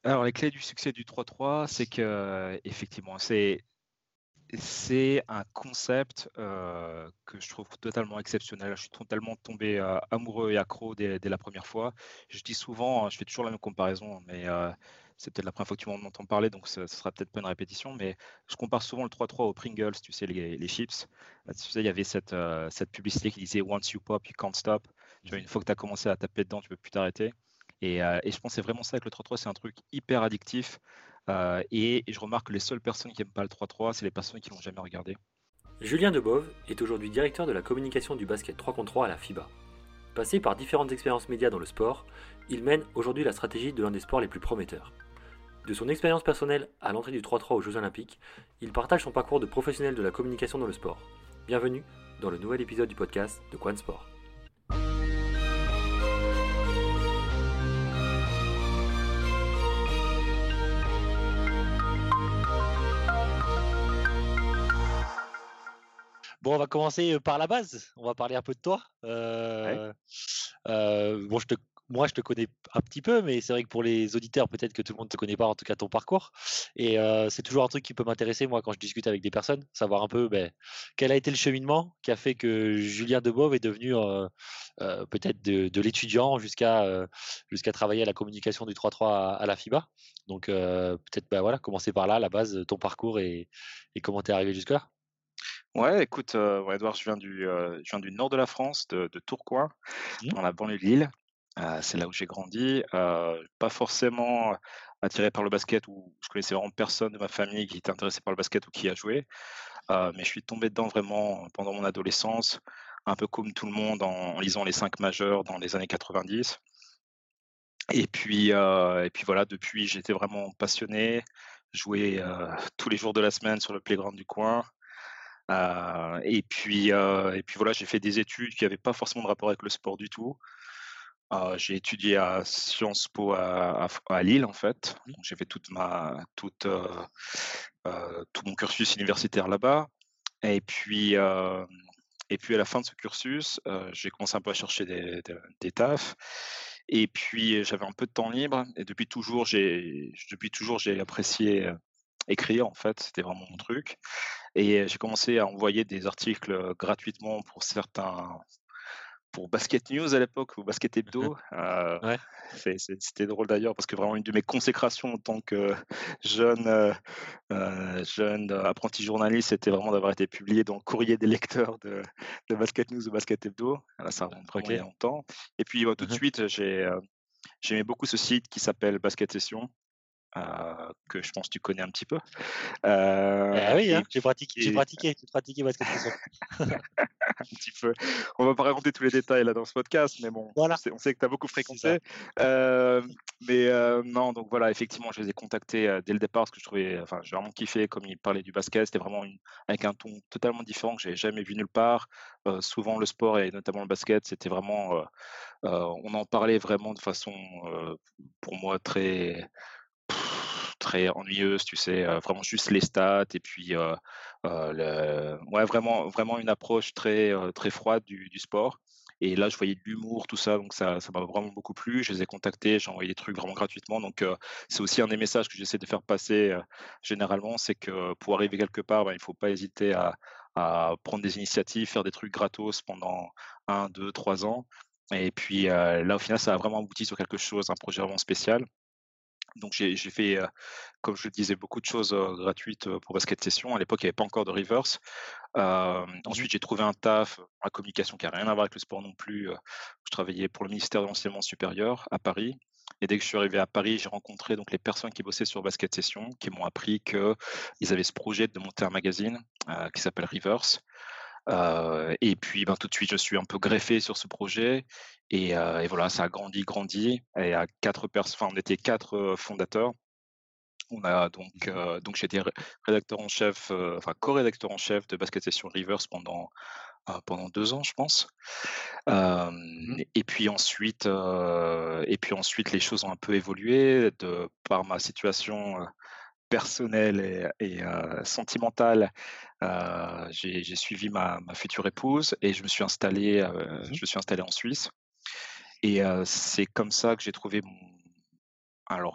Alors les clés du succès du 3-3, c'est que effectivement, c'est un concept, que je trouve totalement exceptionnel. Je suis totalement tombé, amoureux et accro dès la première fois. Je dis souvent, je fais toujours la même comparaison, mais c'est peut-être la première fois que tu m'en entends parler, donc ce sera peut-être pas une répétition, mais je compare souvent le 3-3 aux Pringles, tu sais, les chips. Tu sais, il y avait cette publicité qui disait: «Once you pop, you can't stop». Tu vois, Mmh. une fois que tu as commencé à taper dedans, tu peux plus t'arrêter et je pense que c'est vraiment ça avec le 3-3, c'est un truc hyper addictif. Et je remarque que les seules personnes qui aiment pas le 3-3, c'est les personnes qui l'ont jamais regardé. Julien Debove est aujourd'hui directeur de la communication du basket 3 contre 3 à la FIBA. Passé par différentes expériences médias dans le sport, il mène aujourd'hui la stratégie de l'un des sports les plus prometteurs. De son expérience personnelle à l'entrée du 3-3 aux Jeux Olympiques, il partage son parcours de professionnel de la communication dans le sport. Bienvenue dans le nouvel épisode du podcast de Quan Sport. Bon, on va commencer par la base. On va parler un peu de toi. Ouais. Bon, moi, je te connais un petit peu, mais c'est vrai que pour les auditeurs, peut-être que tout le monde ne te connaît pas, en tout cas ton parcours. Et c'est toujours un truc qui peut m'intéresser, moi, quand je discute avec des personnes, savoir un peu quel a été le cheminement qui a fait que Julien Debove est devenu peut-être de l'étudiant jusqu'à travailler à la communication du 3-3 à la FIBA. Donc, peut-être voilà, commencer par là, la base, ton parcours et comment tu es arrivé jusque-là. Ouais, écoute, ouais, Edouard, je viens du nord de la France, de Tourcoing, Mhm. dans la banlieue de Lille. C'est là où j'ai grandi. Pas forcément attiré par le basket, où je connaissais vraiment personne de ma famille qui était intéressé par le basket ou qui a joué. Mais je suis tombé dedans vraiment pendant mon adolescence, un peu comme tout le monde en lisant les 5 majeurs dans les années 90. Et puis voilà, depuis, j'étais vraiment passionné, jouais, tous les jours de la semaine sur le playground du coin. Et puis voilà, j'ai fait des études qui n'avaient pas forcément de rapport avec le sport du tout. J'ai étudié à Sciences Po à Lille, en fait. Donc j'ai fait tout mon cursus universitaire là-bas. Et puis, à la fin de ce cursus, j'ai commencé un peu à chercher des tafs. Et puis, j'avais un peu de temps libre et depuis toujours j'ai apprécié, écrire, en fait, c'était vraiment mon truc. Et j'ai commencé à envoyer des articles, gratuitement pour Basket News à l'époque ou Basket Mhm. Hebdo. Ouais. C'était drôle d'ailleurs parce que vraiment une de mes consécrations en tant que jeune, apprenti journaliste, c'était vraiment d'avoir été publié dans le courrier des lecteurs de Basket News ou Basket Hebdo. Là, ça remonte vraiment il y a Ok. longtemps. Et puis, tout de Mhm. suite, j'aimais beaucoup ce site qui s'appelle Basket Session, que je pense que tu connais un petit peu. Ah oui, Et hein, puis j'ai pratiqué basket session. un petit peu. On va pas raconter tous les détails là dans ce podcast, mais bon, on Voilà, sait, on sait que tu as beaucoup c'est ça. fréquenté. Mais non, donc voilà, effectivement, je les ai contactés dès le départ parce que j'ai vraiment kiffé comme ils parlaient du basket. C'était vraiment avec un ton totalement différent que j'avais jamais vu nulle part. Souvent, le sport et notamment le basket, c'était vraiment, on en parlait vraiment de façon, pour moi, très ennuyeuse, tu sais, vraiment juste les stats et puis, ouais, vraiment une approche très froide du sport. Et là, je voyais de l'humour, tout ça, donc ça m'a vraiment beaucoup plu. Je les ai contactés, j'ai envoyé des trucs vraiment gratuitement, donc c'est aussi un des messages que j'essaie de faire passer, généralement, c'est que pour arriver quelque part, il faut pas hésiter à prendre des initiatives, faire des trucs gratos pendant 1, 2, 3 ans. Et puis, là, au final, ça a vraiment abouti sur quelque chose, un projet vraiment spécial. Donc j'ai fait, comme je le disais, beaucoup de choses, gratuites, pour Basket Session. À l'époque, il y avait pas encore de Reverse. Mmh mh. Ensuite, j'ai trouvé un taf en communication qui a rien à voir avec le sport non plus. Je travaillais pour le ministère de l'enseignement supérieur à Paris. Et dès que je suis arrivé à Paris, j'ai rencontré donc les personnes qui bossaient sur Basket Session, qui m'ont appris qu'ils avaient ce projet de monter un magazine, qui s'appelle Reverse. Et puis, tout de suite, je suis un peu greffé sur ce projet et voilà, ça a grandi, grandi et à 4 personnes, enfin, on était 4 fondateurs. On a donc, Mmh. j'étais rédacteur en chef, enfin co-rédacteur en chef de Basket Session Reverse pendant 2 ans, je pense. Mmh mh. Et puis ensuite, les choses ont un peu évolué de par ma situation, personnelle et sentimentale. J'ai suivi ma future épouse et Mmh je mh. me suis installé en Suisse. Et c'est comme ça que j'ai trouvé alors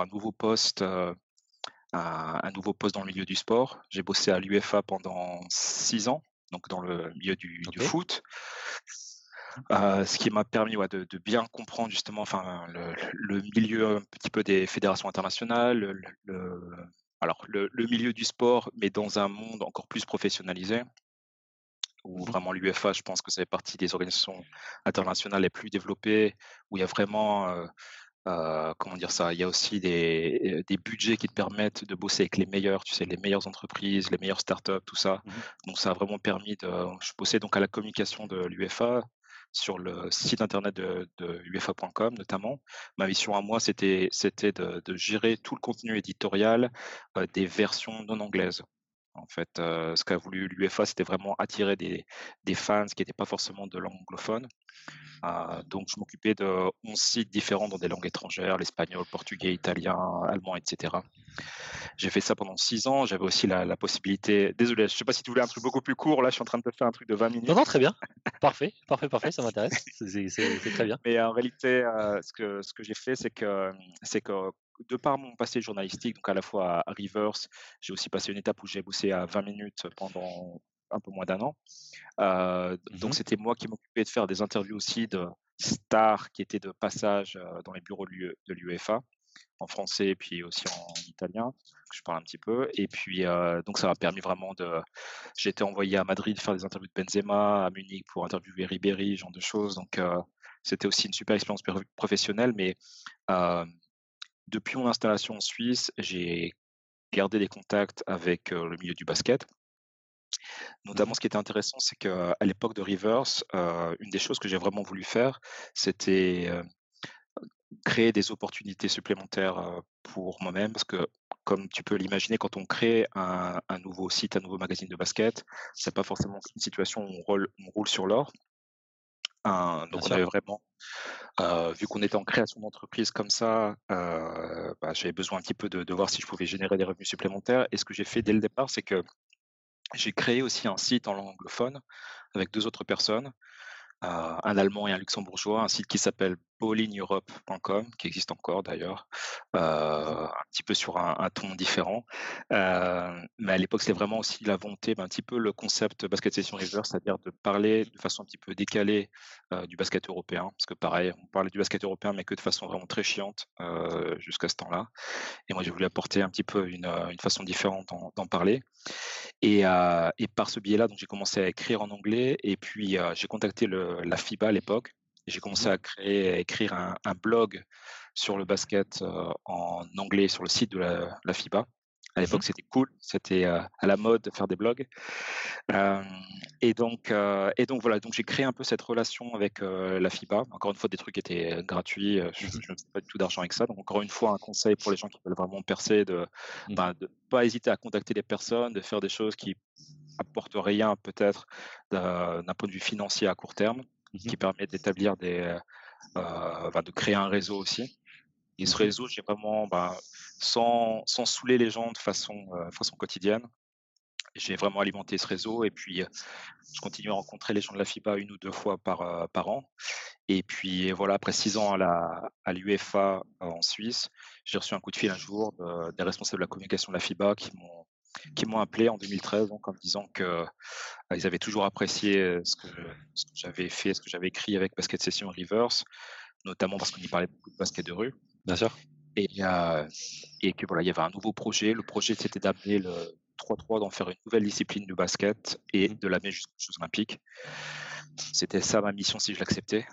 un nouveau poste dans le milieu du sport. J'ai bossé à l'UEFA pendant 6 ans, donc dans le milieu du OK. foot. Mmh. Ce qui m'a permis, ouais, de bien comprendre justement, enfin, le milieu un petit peu des fédérations internationales, le milieu du sport, mais dans un monde encore plus professionnalisé, où Mmh. vraiment l'UEFA, je pense que ça fait partie des organisations internationales les plus développées, où il y a vraiment, comment dire ça? Il y a aussi des budgets qui te permettent de bosser avec les meilleurs, tu sais, les meilleures entreprises, les meilleures startups, tout ça. Mmh. Donc ça a vraiment permis de je bossais donc à la communication de l'UEFA, sur le site internet de UEFA.com notamment. Ma mission à moi, c'était de gérer tout le contenu éditorial, des versions non anglaises. En fait, ce qu'a voulu l'UEFA, c'était vraiment attirer des fans qui étaient pas forcément de langue anglophone. Donc je m'occupais de 11 sites différents dans des langues étrangères, l'espagnol, portugais, italien, allemand, et cetera. J'ai fait ça pendant 6 ans. J'avais aussi la possibilité, désolé, je sais pas si tu voulais un truc beaucoup plus court, là, je suis en train de te faire un truc de 20 Non, non, minutes. très bien. Parfait, parfait, parfait, ça m'intéresse. C'est très bien. Mais en réalité, ce que j'ai fait, c'est que de par mon passé journalistique, donc à la fois à Rivers, j'ai aussi passé une étape où j'ai bossé à 20 minutes pendant un peu moins d'un an. Donc Mmh. c'était moi qui m'occupais de faire des interviews aussi de stars qui étaient de passage, dans les bureaux de l'UEFA, en français et puis aussi en italien, que je parle un petit peu et puis, donc ça m'a permis vraiment de j'ai été envoyé à Madrid faire des interviews de Benzema, à Munich pour interviewer Ribéry, ce genre de choses, donc c'était aussi une super expérience professionnelle, mais hem, depuis mon installation en Suisse, j'ai gardé des contacts avec, le milieu du basket. Notamment, Mmh. ce qui était intéressant, c'est qu'à l'époque de Rivers, une des choses que j'ai vraiment voulu faire, c'était, créer des opportunités supplémentaires, pour moi-même. Parce que, comme tu peux l'imaginer, quand on crée un nouveau site, un nouveau magazine de basket, c'est pas forcément une situation où on roule sur l'or. Bien Donc on sûr. avait vraiment, vu qu'on était en création d'entreprise comme ça, j'avais besoin un petit peu de voir si je pouvais générer des revenus supplémentaires et ce que j'ai fait dès Mmh. le départ, c'est que j'ai créé aussi un site en langue anglophone avec 2 autres personnes, un Allemand et un Luxembourgeois, un site qui s'appelle ballingeurope.com, qui existe encore d'ailleurs, Mmh. un petit peu sur un ton différent. Mais à l'époque, c'était vraiment aussi la volonté, un petit peu le concept Basket Session River, c'est-à-dire de parler de façon un petit peu décalée, du basket européen. Parce que pareil, on parlait du basket européen, mais que de façon vraiment très chiante, jusqu'à ce temps-là. Et moi, j'ai voulu apporter un petit peu une façon différente d'en parler. Et par ce biais-là, donc j'ai commencé à écrire en anglais et puis, j'ai contacté la FIBA à l'époque. J'ai commencé Mmh. à écrire un blog sur le basket, en anglais sur le site de la FIBA. À Mmh. l'époque, c'était cool, c'était, à la mode de faire des blogs. Hem et donc voilà, donc j'ai créé un peu cette relation avec, la FIBA. Encore une fois, des trucs étaient, gratuits, je Mmh. ne faisais pas du tout d'argent avec ça. Donc encore une fois, un conseil pour les gens qui veulent vraiment percer Mmh. de pas hésiter à contacter les personnes, de faire des choses qui apportent rien peut-être d'un point de vue financier à court terme, Mmh. qui permet d'établir de créer un réseau aussi. Et ce Mmh. réseau, j'ai vraiment, sans saouler les gens de façon quotidienne, j'ai vraiment alimenté ce réseau et puis, je continue à rencontrer les gens de la FIBA une ou 2 fois par an et puis voilà, après 6 ans à l'UEFA, en Suisse, j'ai reçu un coup de fil un jour des responsables de la communication de la FIBA qui m'ont appelé en 2013 donc en me disant que, ils avaient toujours apprécié, ce que j'avais fait, ce que j'avais écrit avec Basket Session Rivers, notamment parce qu'on y parlait beaucoup de basket de rue Bien sûr. et que voilà, il y avait un nouveau projet. Le projet, c'était d'amener le 3-3, d'en faire une nouvelle discipline de basket et Mmh. de l'amener jusqu'aux Jeux olympiques. C'était ça ma mission si je l'acceptais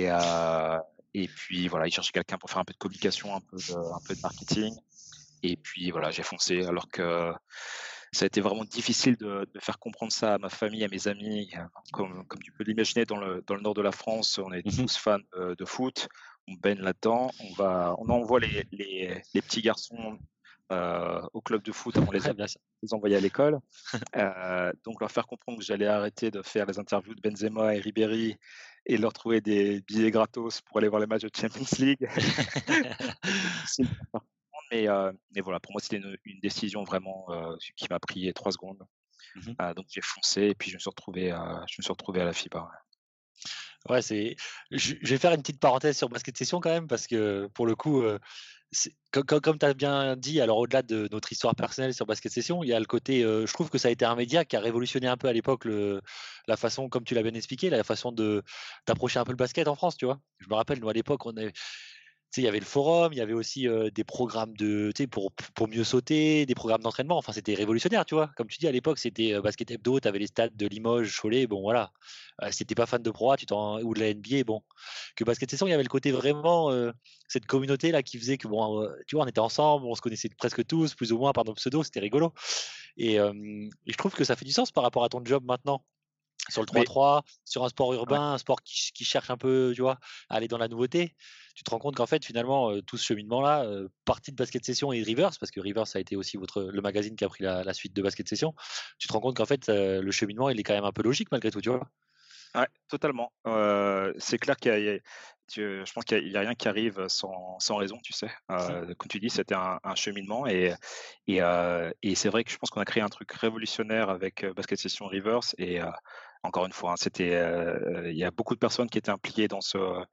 et puis voilà, ils cherchaient quelqu'un pour faire un peu de communication, un peu de marketing et puis voilà, j'ai foncé alors que ça a été vraiment difficile de faire comprendre ça à ma famille, à mes amis. Comme tu peux l'imaginer, dans le nord de la France, on est Mmh. tous fans de foot, on baigne là-dedans, on envoie les petits garçons, au club de foot avant Ouais, bien sûr. les envoyer à l'école. Donc leur faire comprendre que j'allais arrêter de faire les interviews de Benzema et Ribéry et leur trouver des billets gratos pour aller voir les matchs de Champions League. Ça a été difficile de leur faire comprendre, mais voilà, pour moi, c'était une décision vraiment, qui m'a pris 3 secondes. Mmh. Donc j'ai foncé et puis je me suis retrouvé à la FIBA, ouais. Ouais, je vais faire une petite parenthèse sur Basket Session quand même parce que pour le coup, Comme tu as bien dit, alors au-delà de notre histoire personnelle sur Basket Session, il y a le côté, je trouve que ça a été un média qui a révolutionné un peu à l'époque la façon, comme tu l'as bien expliqué, la façon d'approcher un peu le basket en France, tu vois? Je me rappelle, nous, à l'époque, il y avait le forum, il y avait aussi, des programmes pour mieux sauter, des programmes d'entraînement, enfin, c'était révolutionnaire, tu vois? Comme tu dis, à l'époque, c'était, Basket Hebdo, tu avais les stades de Limoges, Cholet, bon voilà. Si tu pas fan de Pro A, ou de la NBA, bon. Que Basket Session, il y avait le côté vraiment, cette communauté-là qui faisait que bon, tu vois, on était ensemble, on se connaissait presque tous, plus ou moins par nos pseudos, c'était rigolo et je trouve que ça fait du sens par rapport à ton job maintenant. Sur le Mais 3-3, sur un sport ouais. urbain, un sport qui cherche un peu, tu vois, à aller dans la nouveauté. Tu te rends compte qu'en fait, finalement, tout ce cheminement-là, partie de Basket Session et Rivers, parce que Rivers a été aussi le magazine qui a pris la suite de Basket Session. Tu te rends compte qu'en fait, le cheminement, il est quand même un peu logique malgré tout, tu vois? Ouais, totalement. C'est clair qu'il y a je pense qu'il y a rien qui arrive sans raison, tu sais? Mmh. Comme tu dis, c'était un cheminement et c'est vrai que je pense qu'on a créé un truc révolutionnaire avec, Basket Session Reverse et encore une fois, hein, il y a beaucoup de personnes qui étaient impliquées dans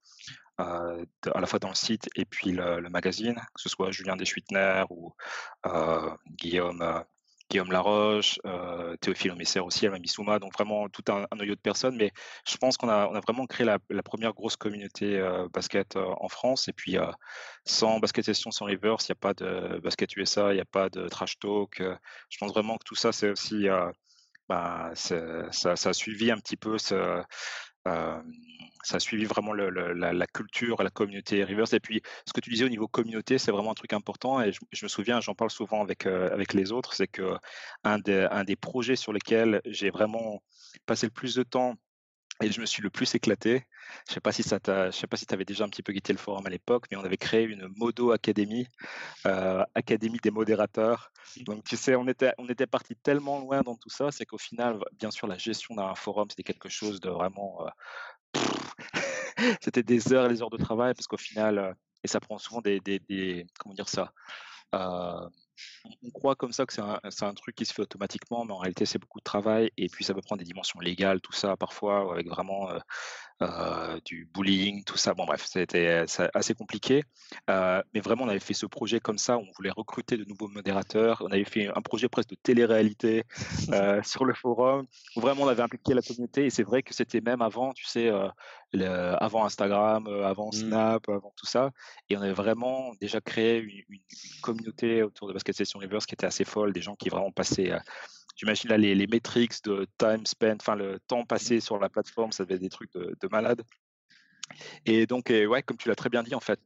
à la fois dans le site et puis le magazine, que ce soit Julien Deschwitner ou Guillaume, Guillaume Laroche, Théophile Messer aussi, Alma Missouma, donc vraiment tout un noyau de personnes. Mais je pense qu'on a vraiment créé la première grosse communauté, basket, en France et puis, sans Basket Session, sans Rivers, il y a pas de Basket USA, il y a pas de Trash Talk, je pense vraiment que tout ça, c'est aussi, ça a suivi un petit peu hem, ça a suivi vraiment la culture, la communauté Rivers et puis ce que tu disais au niveau communauté, c'est vraiment un truc important et je me souviens, j'en parle souvent avec les autres, c'est qu'un des projets sur lesquels j'ai vraiment passé le plus de temps et je me suis le plus éclaté. Je sais pas si tu avais déjà un petit peu guetté le forum à l'époque, mais on avait créé une Modo Academy, académie des modérateurs. Donc tu sais, on était parti tellement loin dans tout ça, c'est qu'au final, bien sûr, la gestion d'un forum, c'était quelque chose de vraiment, c'était des heures et des heures de travail parce qu'au final, et ça prend souvent des comment dire ça? Heu, on croit comme ça que c'est un truc qui se fait automatiquement, mais en réalité, c'est beaucoup de travail et puis ça peut prendre des dimensions légales, tout ça parfois, avec vraiment, du bullying, tout ça. Bon bref, c'est assez compliqué, mais vraiment on avait fait ce projet comme ça, on voulait recruter de nouveaux modérateurs. On avait fait un projet presque de télé-réalité, sur le forum, où vraiment on avait impliqué la communauté et c'est vrai que c'était même avant, tu sais, avant Instagram, avant Mmh. Snap, avant tout ça et on avait vraiment déjà créé une communauté autour de Basket Session Reverse qui était assez folle, des gens qui vraiment passaient, j'imagine là les métriques de time spent, enfin le temps passé sur la plateforme, ça devait être des trucs de malade. Et donc ouais, comme tu l'as très bien dit, en fait,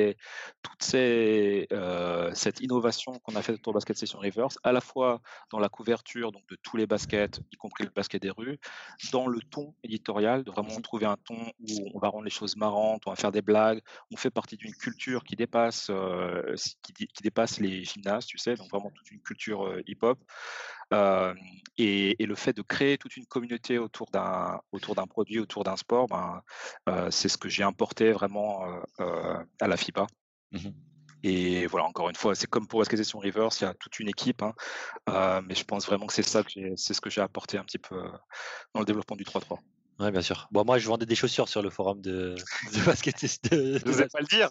cette innovation qu'on a faite autour de Basket Session Reverse, à la fois dans la couverture, donc de tous les baskets, y compris le basket des rues, dans le ton éditorial, de vraiment Mmh. trouver un ton où on va rendre les choses marrantes, on va faire des blagues. On fait partie d'une culture qui dépasse, qui dépasse les gymnases, tu sais? Donc vraiment toute une culture, hip-hop. Hem et le fait de créer toute une communauté autour d'un produit, autour d'un sport, ben, c'est ce que j'ai importé vraiment, à la FIBA Mmh. et voilà, encore une fois, c'est comme pour Basket Session Reverse, il y a toute une équipe, hein, mais je pense vraiment que c'est ce que j'ai apporté un petit peu, dans le développement du 3-3. Ouais, bien sûr. Bon, moi, je vendais des chaussures sur le forum de basket de J'osais pas le dire!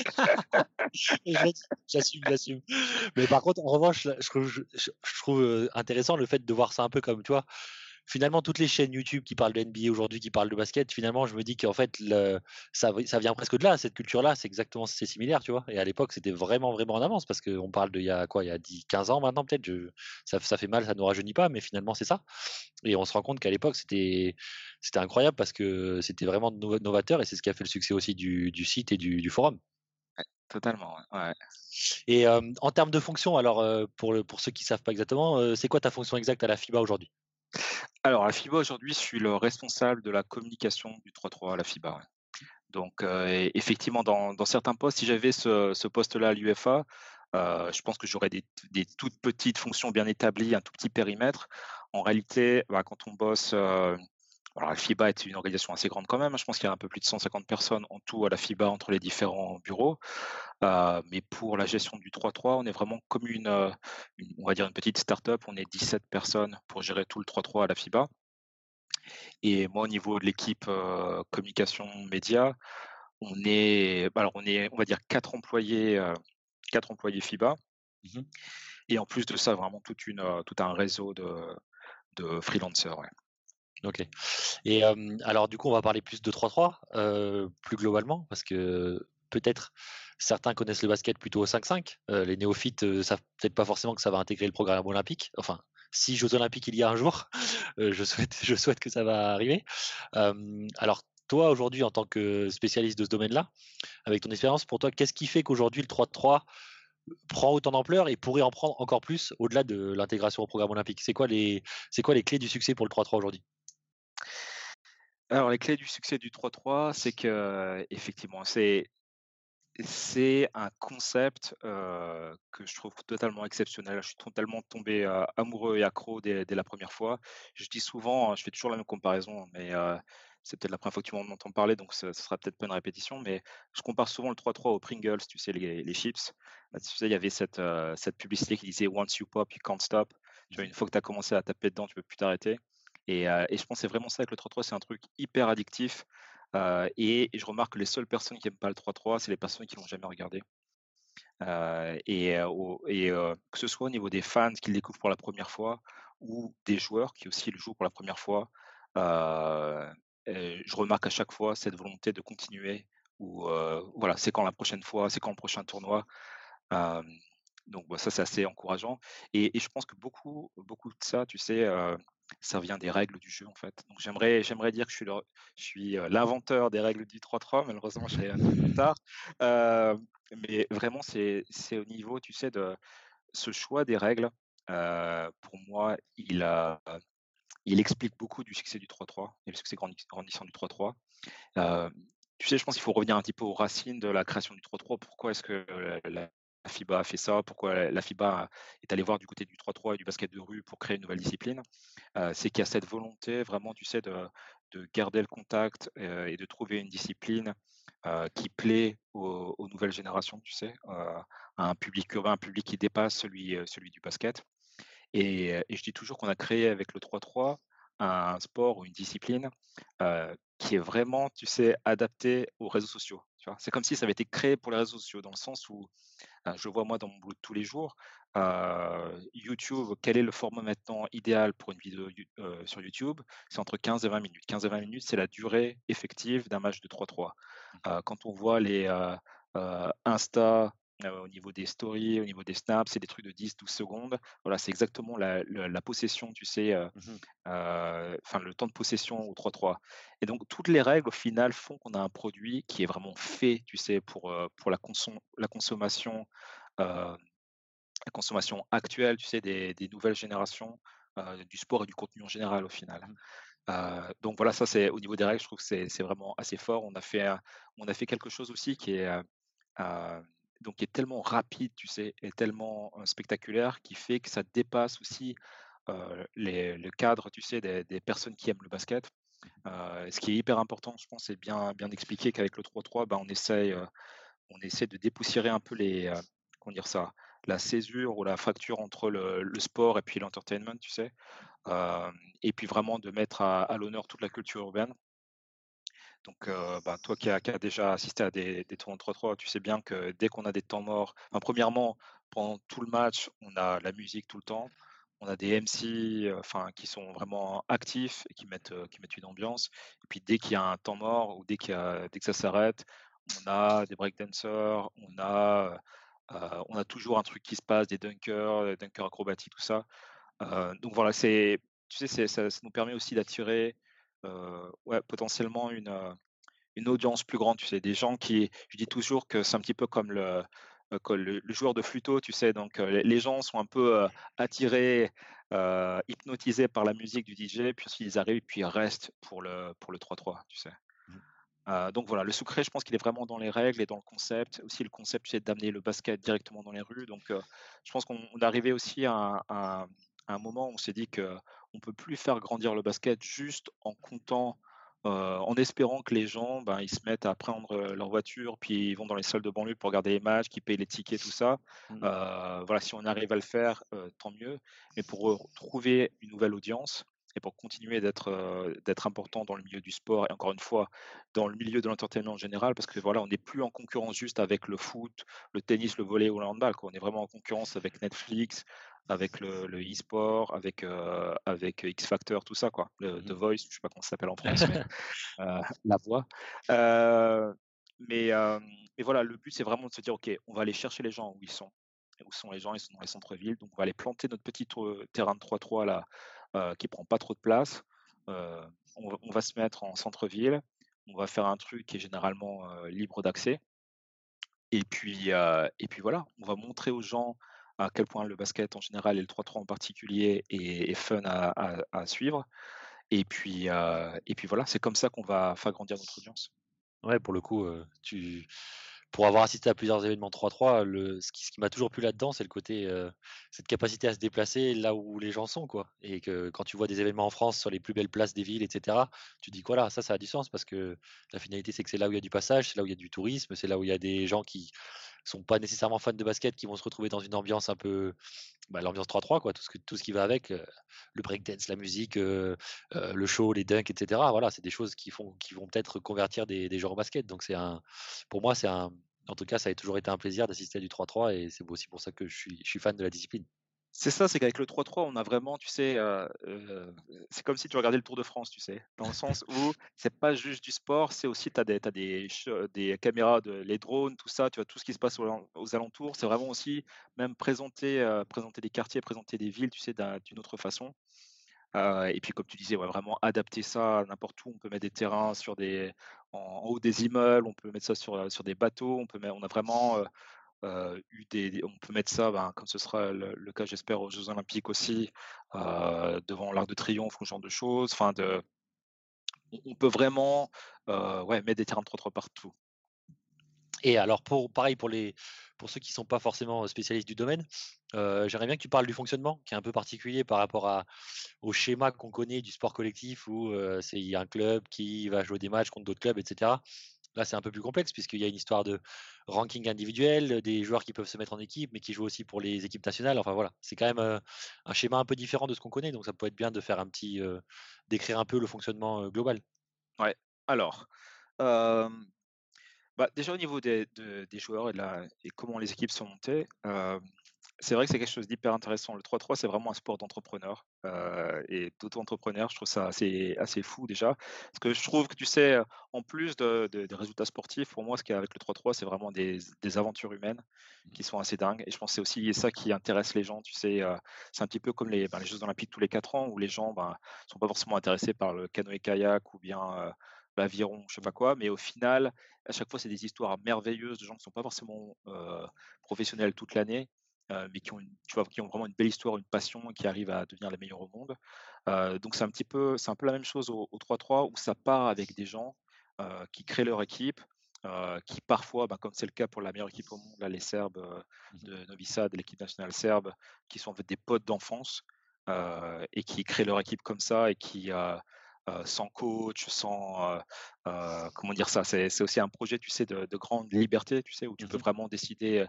j'assume. Mais par contre, en revanche, là, je trouve, intéressant le fait de voir ça un peu comme, tu vois? Finalement, toutes les chaînes YouTube qui parlent de NBA aujourd'hui, qui parlent de basket, finalement, je me dis qu'en fait, ça vient presque de là, cette culture-là, c'est similaire, tu vois? Et à l'époque, c'était vraiment, vraiment en avance parce qu'on parle d'il y a quoi? Il y a 10, 15 ans maintenant peut-être, ça fait mal, ça ne nous rajeunit pas, mais finalement, c'est ça. Et on se rend compte qu'à l'époque, c'était incroyable parce que c'était vraiment novateur et c'est ce qui a fait le succès aussi du site et du forum. Totalement, ouais, ouais. Et en termes de fonction, alors, pour ceux qui savent pas exactement, c'est quoi ta fonction exacte à la FIBA aujourd'hui? Alors à la FIBA aujourd'hui, je suis le responsable de la communication du 3-3 à la FIBA, ouais. Donc, effectivement, dans certains postes, si j'avais ce poste-là à l'UEFA, je pense que j'aurais des toutes petites fonctions bien établies, un tout petit périmètre. En réalité, bah, quand on bosse, alors la FIBA est une organisation assez grande quand même, hein. Je pense qu'il y a un peu plus de 150 personnes en tout à la FIBA entre les différents bureaux. Mais pour la gestion du 3-3, on est vraiment comme on va dire une petite start-up. On est 17 personnes pour gérer tout le 3-3 à la FIBA et moi, au niveau de l'équipe, communication média, on est, bah, alors on est, on va dire 4 employés, 4 employés FIBA Mmh. et en plus de ça, vraiment tout un réseau de freelancers, ouais. OK. Et alors du coup, on va parler plus de 3-3, plus globalement, parce que peut-être certains connaissent le basket plutôt au 5-5. Les néophytes, savent peut-être pas forcément que ça va intégrer le programme olympique. Enfin, si jeux olympiques il y a un jour, je souhaite que ça va arriver. Alors toi, aujourd'hui, en tant que spécialiste de ce domaine-là, avec ton expérience, pour toi, qu'est-ce qui fait qu'aujourd'hui le 3-3 prend autant d'ampleur et pourrait en prendre encore plus au-delà de l'intégration au programme olympique? C'est quoi les clés du succès pour le 3-3 aujourd'hui? Alors les clés du succès du 3-3, c'est qu'effectivement, c'est un concept, que je trouve totalement exceptionnel. Je suis totalement tombé, amoureux et accro dès la première fois. Je dis souvent, je fais toujours la même comparaison, mais, c'est peut-être la première fois que tu m'en entends parler, donc ce sera peut-être pas une répétition, mais je compare souvent le 3-3 aux Pringles, tu sais, les chips. Tu sais, il y avait cette publicité qui disait: «Once you pop, you can't stop». Tu vois, Mmh. une fois que tu as commencé à taper dedans, tu peux plus t'arrêter et je pense que c'est vraiment ça avec le 3-3, c'est un truc hyper addictif. Et je remarque que les seules personnes qui aiment pas le 3-3, c'est les personnes qui l'ont jamais regardé. Que ce soit au niveau des fans qui le découvrent pour la première fois ou des joueurs qui aussi le jouent pour la première fois, heu je remarque à chaque fois cette volonté de continuer ou voilà, c'est quand la prochaine fois? C'est quand le prochain tournoi? Hem, donc bah, ça, c'est assez encourageant et je pense que beaucoup de ça, tu sais, ça vient des règles du jeu, en fait. Donc j'aimerais dire que je suis, l'inventeur des règles du 3-3. Malheureusement, je serai un peu plus tard. Mais vraiment, c'est au niveau, tu sais, de ce choix des règles, pour moi, il explique beaucoup du succès du 3-3 et le succès grandissant du 3-3. Heu, Tu sais, je pense qu'il faut revenir un petit peu aux racines de la création du 3-3. Pourquoi est-ce que la FIBA a fait ça? Pourquoi la FIBA est allée voir du côté du 3-3 et du basket de rue pour créer une nouvelle discipline? C'est qu'il y a cette volonté vraiment, tu sais, de garder le contact, et de trouver une discipline, qui plaît aux nouvelles générations, tu sais, à un public urbain, un public qui dépasse celui du basket. Et je dis toujours qu'on a créé avec le 3-3 un sport ou une discipline, qui est vraiment, tu sais, adaptée aux réseaux sociaux, tu vois? C'est comme si ça avait été créé pour les réseaux sociaux dans le sens où, je vois moi dans mon boulot de tous les jours, YouTube, quel est le format maintenant idéal pour une vidéo sur YouTube? C'est entre 15 et 20 minutes. 15 et 20 minutes, c'est la durée effective d'un match de 3-3. Quand on voit les, Insta, au niveau des stories, au niveau des snaps, c'est des trucs de 10-12 secondes. Voilà, c'est exactement la possession, tu sais, Mmh. enfin le temps de possession au 3-3 et donc toutes les règles au final font qu'on a un produit qui est vraiment fait, tu sais, pour heu, la consommation actuelle, tu sais, des nouvelles générations, du sport et du contenu en général au final. Mmh. Donc voilà, ça c'est au niveau des règles, je trouve que c'est vraiment assez fort. On a fait quelque chose aussi heu, qui est tellement rapide, tu sais, et tellement, spectaculaire qui fait que ça dépasse aussi, le cadre, tu sais, des personnes qui aiment le basket. Ce qui est hyper important, je pense, c'est bien d'expliquer qu'avec le 3-3, ben, on essaie de dépoussiérer un peu comment dire ça? La césure ou la fracture entre le sport et puis l'entertainment, tu sais? Hem Et puis vraiment de mettre à l'honneur toute la culture urbaine. Donc, bah, toi qui as déjà assisté à des tournois de 3-3, tu sais bien que dès qu'on a des temps morts, enfin, premièrement, pendant tout le match, on a la musique tout le temps. On a des MC, enfin, qui sont vraiment actifs et qui mettent une ambiance. Et puis dès qu'il y a un temps mort ou dès que ça s'arrête, on a des breakdancers, on a toujours un truc qui se passe, des dunkers acrobatiques, tout ça. Donc voilà, tu sais, ça nous permet aussi d'attirer, ouais, potentiellement une audience plus grande, tu sais, des gens qui je dis toujours que c'est un petit peu comme le joueur de flûteau, tu sais? Donc, les gens sont un peu, attirés, hypnotisés par la musique du DJ, puis ensuite ils arrivent, puis ils restent pour le 3-3, tu sais? Mmh. Donc voilà, le secret, je pense qu'il est vraiment dans les règles et dans le concept. Aussi le concept, c'est d'amener le basket directement dans les rues. Donc, je pense qu'on est arrivé aussi à un moment où on s'est dit qu'on ne peut plus faire grandir le basket juste en comptant, en espérant que les gens, ben, ils se mettent à prendre, leur voiture, puis ils vont dans les salles de banlieue pour regarder les matchs, qu'ils payent les tickets, tout ça. Mmh. Voilà, si on arrive à le faire, tant mieux. Mais pour, trouver une nouvelle audience et pour continuer d'être important dans le milieu du sport et encore une fois, dans le milieu de l'entertainment en général parce que voilà, on n'est plus en concurrence juste avec le foot, le tennis, le volley ou le handball, quoi. On est vraiment en concurrence avec Netflix, avec le e-sport, avec X Factor, tout ça, quoi. Le The Mmh. Voice, je sais pas comment ça s'appelle en France, mais La Voix. Heu, mais hem, mais voilà, le but, c'est vraiment de se dire: «OK, on va aller chercher les gens où ils sont». Et où sont les gens? Ils sont dans les centres-villes, donc on va aller planter notre petit terrain de 3-3 là, qui prend pas trop de place. Heu, on va se mettre en centre-ville, on va faire un truc qui est généralement, libre d'accès et puis voilà, on va montrer aux gens à quel point le basket en général et le 3-3 en particulier est fun à suivre et puis voilà, c'est comme ça qu'on va faire grandir notre audience. Ouais, pour le coup, tu pour avoir assisté à plusieurs événements 3-3, ce qui m'a toujours plu là-dedans, c'est le côté, cette capacité à se déplacer là où les gens sont, quoi. Et que quand tu vois des événements en France sur les plus belles places des villes et cetera, tu dis que voilà, ça a du sens parce que la finalité, c'est que c'est là où il y a du passage, c'est là où il y a du tourisme, c'est là où il y a des gens qui sont pas nécessairement fans de basket, qui vont se retrouver dans une ambiance un peu, bah, l'ambiance 3-3 quoi, tout ce qui va avec, le breakdance, la musique, le show, les dunks et cetera. Voilà, c'est des choses qui vont peut-être convertir des joueurs au basket. Donc pour moi, en tout cas, ça a toujours été un plaisir d'assister à du 3-3 et c'est aussi pour ça que je suis fan de la discipline. C'est ça, c'est qu'avec le 3-3, on a vraiment, tu sais, c'est comme si tu regardais le Tour de France, tu sais? Dans le sens où c'est pas juste du sport, c'est aussi tu as des caméras les drones, tout ça, tu vois? Tout ce qui se passe aux alentours. C'est vraiment aussi même présenter des quartiers, présenter des villes, tu sais, d'une autre façon. Et puis comme tu disais, ouais, vraiment adapter ça à n'importe où. On peut mettre des terrains en haut des immeubles, on peut mettre ça sur des bateaux, on a vraiment, eu on peut mettre ça, ben, comme ce sera le cas j'espère aux jeux olympiques aussi, devant l'Arc de Triomphe ou ce genre de choses. Enfin on peut vraiment, ouais, mettre des terrains de trottoir partout. Et alors pareil pour ceux qui sont pas forcément spécialistes du domaine, j'aimerais bien que tu parles du fonctionnement qui est un peu particulier par rapport au schéma qu'on connaît du sport collectif où, il y a un club qui va jouer des matchs contre d'autres clubs et cetera. Là, c'est un peu plus complexe puisqu'il y a une histoire de ranking individuel, des joueurs qui peuvent se mettre en équipe, mais qui jouent aussi pour les équipes nationales. Enfin voilà, c'est quand même, un schéma un peu différent de ce qu'on connaît, donc ça peut être bien de faire d'écrire un peu le fonctionnement, global. Ouais. Alors, hem, bah, déjà au niveau des joueurs et comment les équipes sont montées, c'est vrai que c'est quelque chose d'hyper intéressant. Le 3-3, c'est vraiment un sport d'entrepreneur, et d'auto-entrepreneur. Je trouve ça assez fou déjà. Parce que je trouve que, tu sais, en plus des résultats sportifs, pour moi, ce qu'il y a avec le 3-3, c'est vraiment des aventures humaines qui sont assez dingues. Et je pense que c'est aussi ça qui intéresse les gens, tu sais. C'est un petit peu comme les Jeux olympiques tous les 4 ans où les gens sont pas forcément intéressés par le canoë-kayak ou bien l'aviron, je sais pas quoi. Mais au final, à chaque fois, c'est des histoires merveilleuses de gens qui sont pas forcément professionnels toute l'année mais qui ont vraiment une belle histoire, une passion, et qui arrivent à devenir les meilleurs au monde. Donc c'est un peu la même chose au 3-3 où ça part avec des gens, qui créent leur équipe, qui parfois, comme c'est le cas pour la meilleure équipe au monde, là, les Serbes, Mmh. de Novi Sad, l'équipe nationale serbe, qui sont en fait des potes d'enfance, et qui créent leur équipe comme ça et sans coach, comment dire ça? C'est aussi un projet, tu sais, de grande liberté, tu sais, où tu peux Mmh. vraiment décider.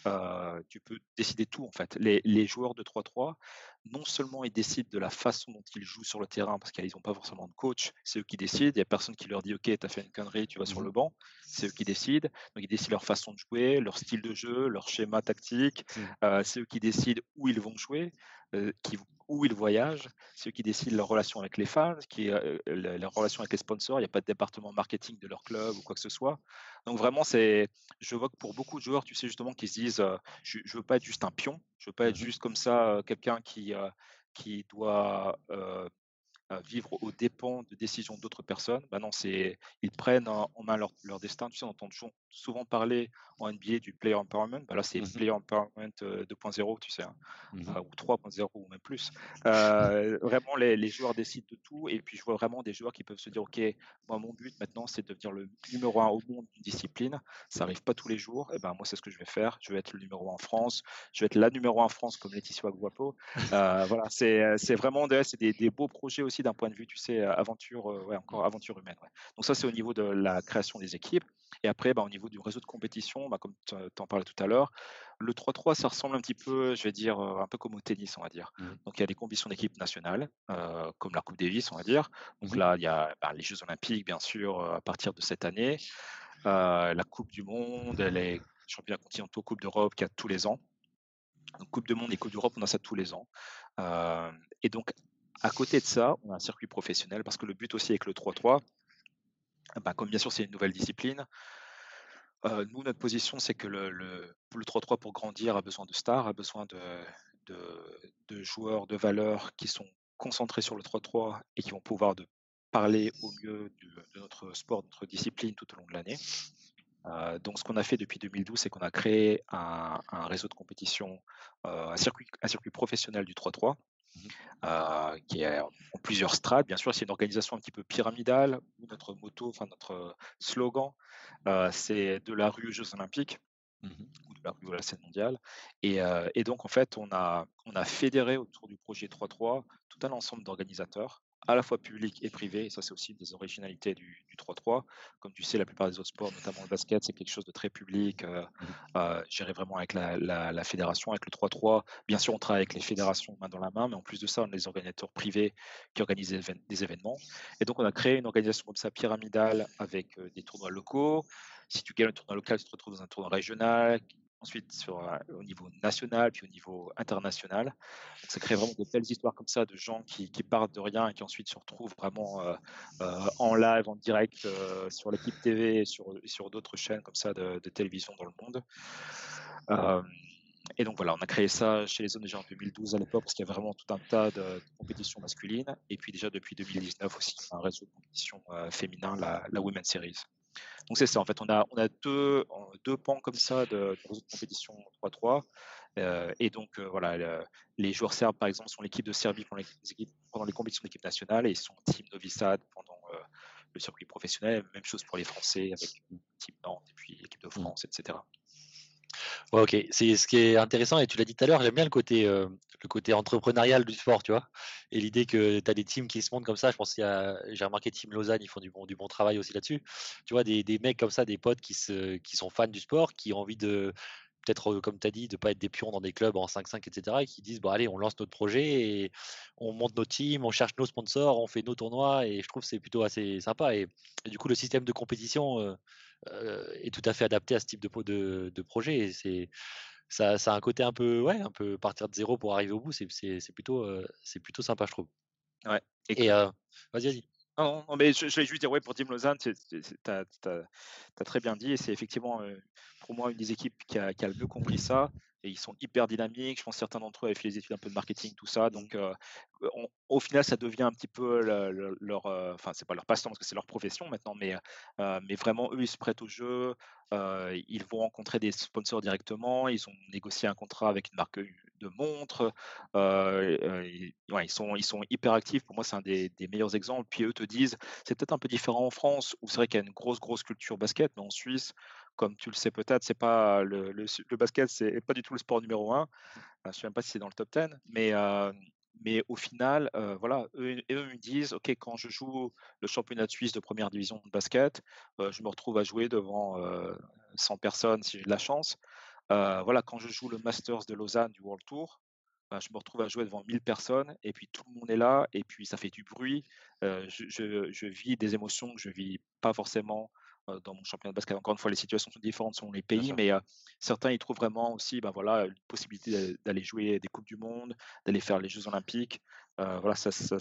Tu peux décider tout en fait. Les joueurs de 3-3, non seulement ils décident de la façon dont ils jouent sur le terrain parce qu'ils n'ont pas forcément de coach, c'est eux qui décident. Il y a personne qui leur dit: «OK, tu as fait une connerie, tu vas sur Mmh. le banc». C'est eux qui décident. Donc ils décident leur façon de jouer, leur style de jeu, leur schéma tactique. Mmh. C'est eux qui décident où ils vont jouer, où ils voyagent. C'est eux qui décident leur relation avec les fans, leur relation avec les sponsors. Il n'y a pas de département marketing de leur club ou quoi que ce soit. Donc vraiment, je vois que pour beaucoup de joueurs, tu sais, justement, qui se disent, «Je veux pas être juste un pion, je veux pas être Mmh. juste comme ça, quelqu'un qui doit, vivre aux dépens de décisions d'autres personnes». Bah non, ils prennent en main leur destin. Tu sais, on entend souvent parler en NBA du player empowerment. Bah là, c'est Mmh. player empowerment, 2.0, tu sais, hein, Mmh. ou 3.0 ou même plus. Vraiment, les joueurs décident de tout et puis je vois vraiment des joueurs qui peuvent se dire: «OK, moi, mon but maintenant, c'est de devenir le numéro un au monde d'une discipline. Ça arrive pas tous les jours et ben, moi, c'est ce que je vais faire. Je vais être le numéro un en France. Je vais être la numéro un en France comme Laetitia Guapo». Voilà, c'est vraiment c'est des beaux projets aussi d'un point de vue, tu sais, aventure, ouais, encore aventure humaine, ouais. Donc ça, c'est au niveau de la création des équipes Et après, au niveau du réseau de compétition, comme tu en parlais tout à l'heure, le 3-3, ça ressemble un petit peu, je vais dire, un peu comme au tennis, on va dire. Mmh. Donc il y a des compétitions d'équipe nationales, comme la coupe Davis, on va dire. Donc Mmh. là, il y a, les jeux olympiques, bien sûr, à partir de cette année, la coupe du monde, les championnats continentaux, coupe d'Europe qu'il y a tous les ans. Donc coupe du monde et coupe d'Europe, on a ça tous les ans. Et donc à côté de ça, on a un circuit professionnel parce que le but aussi avec le 3-3, comme bien sûr c'est une nouvelle discipline, nous notre position c'est que le 3-3 pour grandir a besoin de stars, a besoin de joueurs de valeur qui sont concentrés sur le 3-3 et qui vont pouvoir parler au mieux de notre sport, de notre discipline tout au long de l'année. Donc ce qu'on a fait depuis 2012, c'est qu'on a créé un réseau de compétition, un circuit professionnel du 3-3, Mmh. qui est en plusieurs strates. Bien sûr, c'est une organisation un petit peu pyramidale. Notre motto, enfin notre slogan, c'est de la rue aux Jeux olympiques Mmh. ou de la rue à la scène mondiale. Et donc en fait, on a fédéré autour du projet 3-3 tout un ensemble d'organisateurs, à la fois publics et privés. Et ça, c'est aussi une des originalités du 3-3. Comme tu sais, la plupart des autres sports, notamment le basket, c'est quelque chose de très public, Mmh. géré vraiment avec la fédération, avec le 3-3. Bien sûr, on travaille avec les fédérations main dans la main, mais en plus de ça, on a des organisateurs privés qui organisent des événements. Et donc, on a créé une organisation comme ça pyramidale avec des tournois locaux. Si tu gagnes un tournoi local, tu te retrouves dans un tournoi régional, ensuite au niveau national, puis au niveau international. Donc ça crée vraiment de belles histoires comme ça de gens qui partent de rien et qui ensuite se retrouvent vraiment en live, en direct sur l'équipe TV et sur d'autres chaînes comme ça de télévision dans le monde. Euh, et donc voilà, on a créé ça chez les hommes déjà en 2012 à l'époque parce qu'il y a vraiment tout un tas de compétitions masculines. Et puis déjà depuis 2019 aussi, on a un réseau de compétition féminin, la Women's Series. Donc c'est ça, en fait, on a deux pans comme ça de réseau de compétition 3-3. Et donc voilà, les joueurs serbes, par exemple, sont l'équipe de Serbie pendant les compétitions d'équipe nationale et ils sont Team Novi Sad pendant le circuit professionnel. Même chose pour les Français avec Team Nantes et puis l'équipe de Mmh. France, etc. Ouais, OK. C'est ce qui est intéressant et tu l'as dit tout à l'heure, j'aime bien le côté entrepreneurial du sport, tu vois? Et l'idée que tu as des teams qui se montent comme ça, je pense qu'il y a j'ai remarqué Team Lausanne, ils font du bon travail aussi là-dessus. Tu vois, des mecs comme ça, des potes qui sont fans du sport, qui ont envie de peut-être, comme tu as dit, de pas être des pions dans des clubs en 5-5 et cetera et qui disent: «Bon allez, on lance notre projet et on monte nos teams, on cherche nos sponsors, on fait nos tournois» et je trouve que c'est plutôt assez sympa et du coup, le système de compétition, est tout à fait adapté à ce type de projet et ça a un côté un peu ouais, un peu partir de zéro pour arriver au bout, c'est plutôt sympa, je trouve Ouais. Et et vas-y, vas-y. non, non, non, mais je vais juste dire, ouais, pour Team Lausanne, tu as très bien dit et c'est effectivement, pour moi, une des équipes qui a le mieux compris ça et ils sont hyper dynamiques. Je pense que certains d'entre eux avaient fait les études un peu de marketing, tout ça, Mmh. donc au final, ça devient un petit peu leur, enfin, c'est pas leur passe-temps parce que c'est leur profession maintenant, mais vraiment, eux, ils se prêtent au jeu, ils vont rencontrer des sponsors directement, ils ont négocié un contrat avec une marque de montres, ouais, ils sont hyper actifs. Pour moi, c'est un des meilleurs exemples. Puis eux te disent, c'est peut-être un peu différent en France, où c'est vrai qu'il y a une grosse, grosse culture basket, mais en Suisse, comme tu le sais peut-être, c'est pas le basket, c'est pas du tout le sport numéro un. Je ne sais même pas si c'est dans le top 10, mais au final, voilà, eux me disent, OK, quand je joue le championnat de Suisse de première division de basket, je me retrouve à jouer devant 100 personnes si j'ai de la chance. Voilà, quand je joue le Masters de Lausanne du World Tour, je me retrouve à jouer devant 1000 personnes et puis tout le monde est là et puis ça fait du bruit. Je vis des émotions que je vis pas forcément, dans mon championnat de basket. Encore une fois, les situations sont différentes selon les Bien pays, sûr. mais certains, ils trouvent vraiment aussi, voilà, une possibilité d'aller jouer des coupes du monde, d'aller faire les jeux olympiques. Voilà,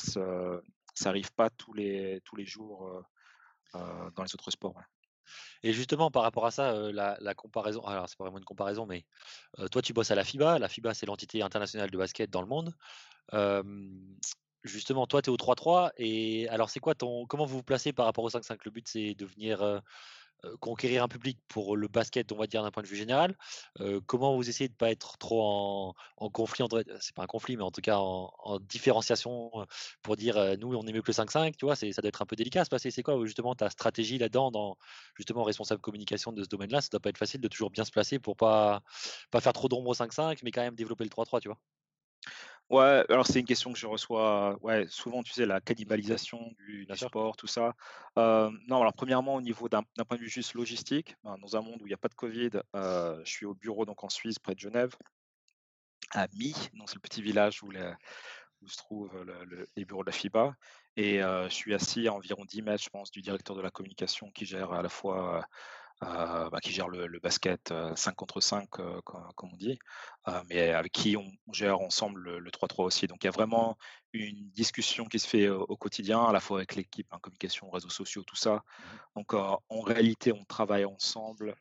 ça arrive pas tous les jours, dans les autres sports, ouais. Et justement par rapport à ça, la comparaison alors c'est pas vraiment une comparaison mais, toi tu bosses à la FIBA. La FIBA, c'est l'entité internationale de basket dans le monde. Hem, Justement toi tu es au 3-3 et alors c'est quoi ton comment vous vous placez par rapport au 5-5? Le but c'est de venir, conquérir un public pour le basket, on va dire d'un point de vue général. Comment vous essayez de pas être trop en conflit entre c'est pas un conflit, mais en tout cas en différenciation, pour dire, «Nous, on est mieux que le 5-5», tu vois? Ça doit être un peu délicat à se passer. C'est quoi, justement ta stratégie là-dedans, dans justement responsable communication de ce domaine-là? Ça doit pas être facile de toujours bien se placer pour pas faire trop d'ombre au 5-5, mais quand même développer le 3-3, tu vois? Ouais, alors c'est une question que je reçois, ouais, souvent, tu sais, la cannibalisation Bien du sûr. sport, tout ça. Non, alors premièrement, au niveau d'un point de vue juste logistique, ben, dans un monde où il y a pas de covid, je suis au bureau donc en Suisse, près de Genève, à My, donc c'est le petit village où se trouvent, les bureaux de la FIBA et je suis assis à environ 10 mètres, je pense, du directeur de la communication qui gère à la fois, qui gère le basket, 5 contre 5, comme on dit, mais avec qui on gère ensemble le 3-3 aussi. Donc il y a vraiment une discussion qui se fait au quotidien, à la fois avec l'équipe, hein, communication, réseaux sociaux, tout ça. Mmh. Donc en réalité, on travaille ensemble,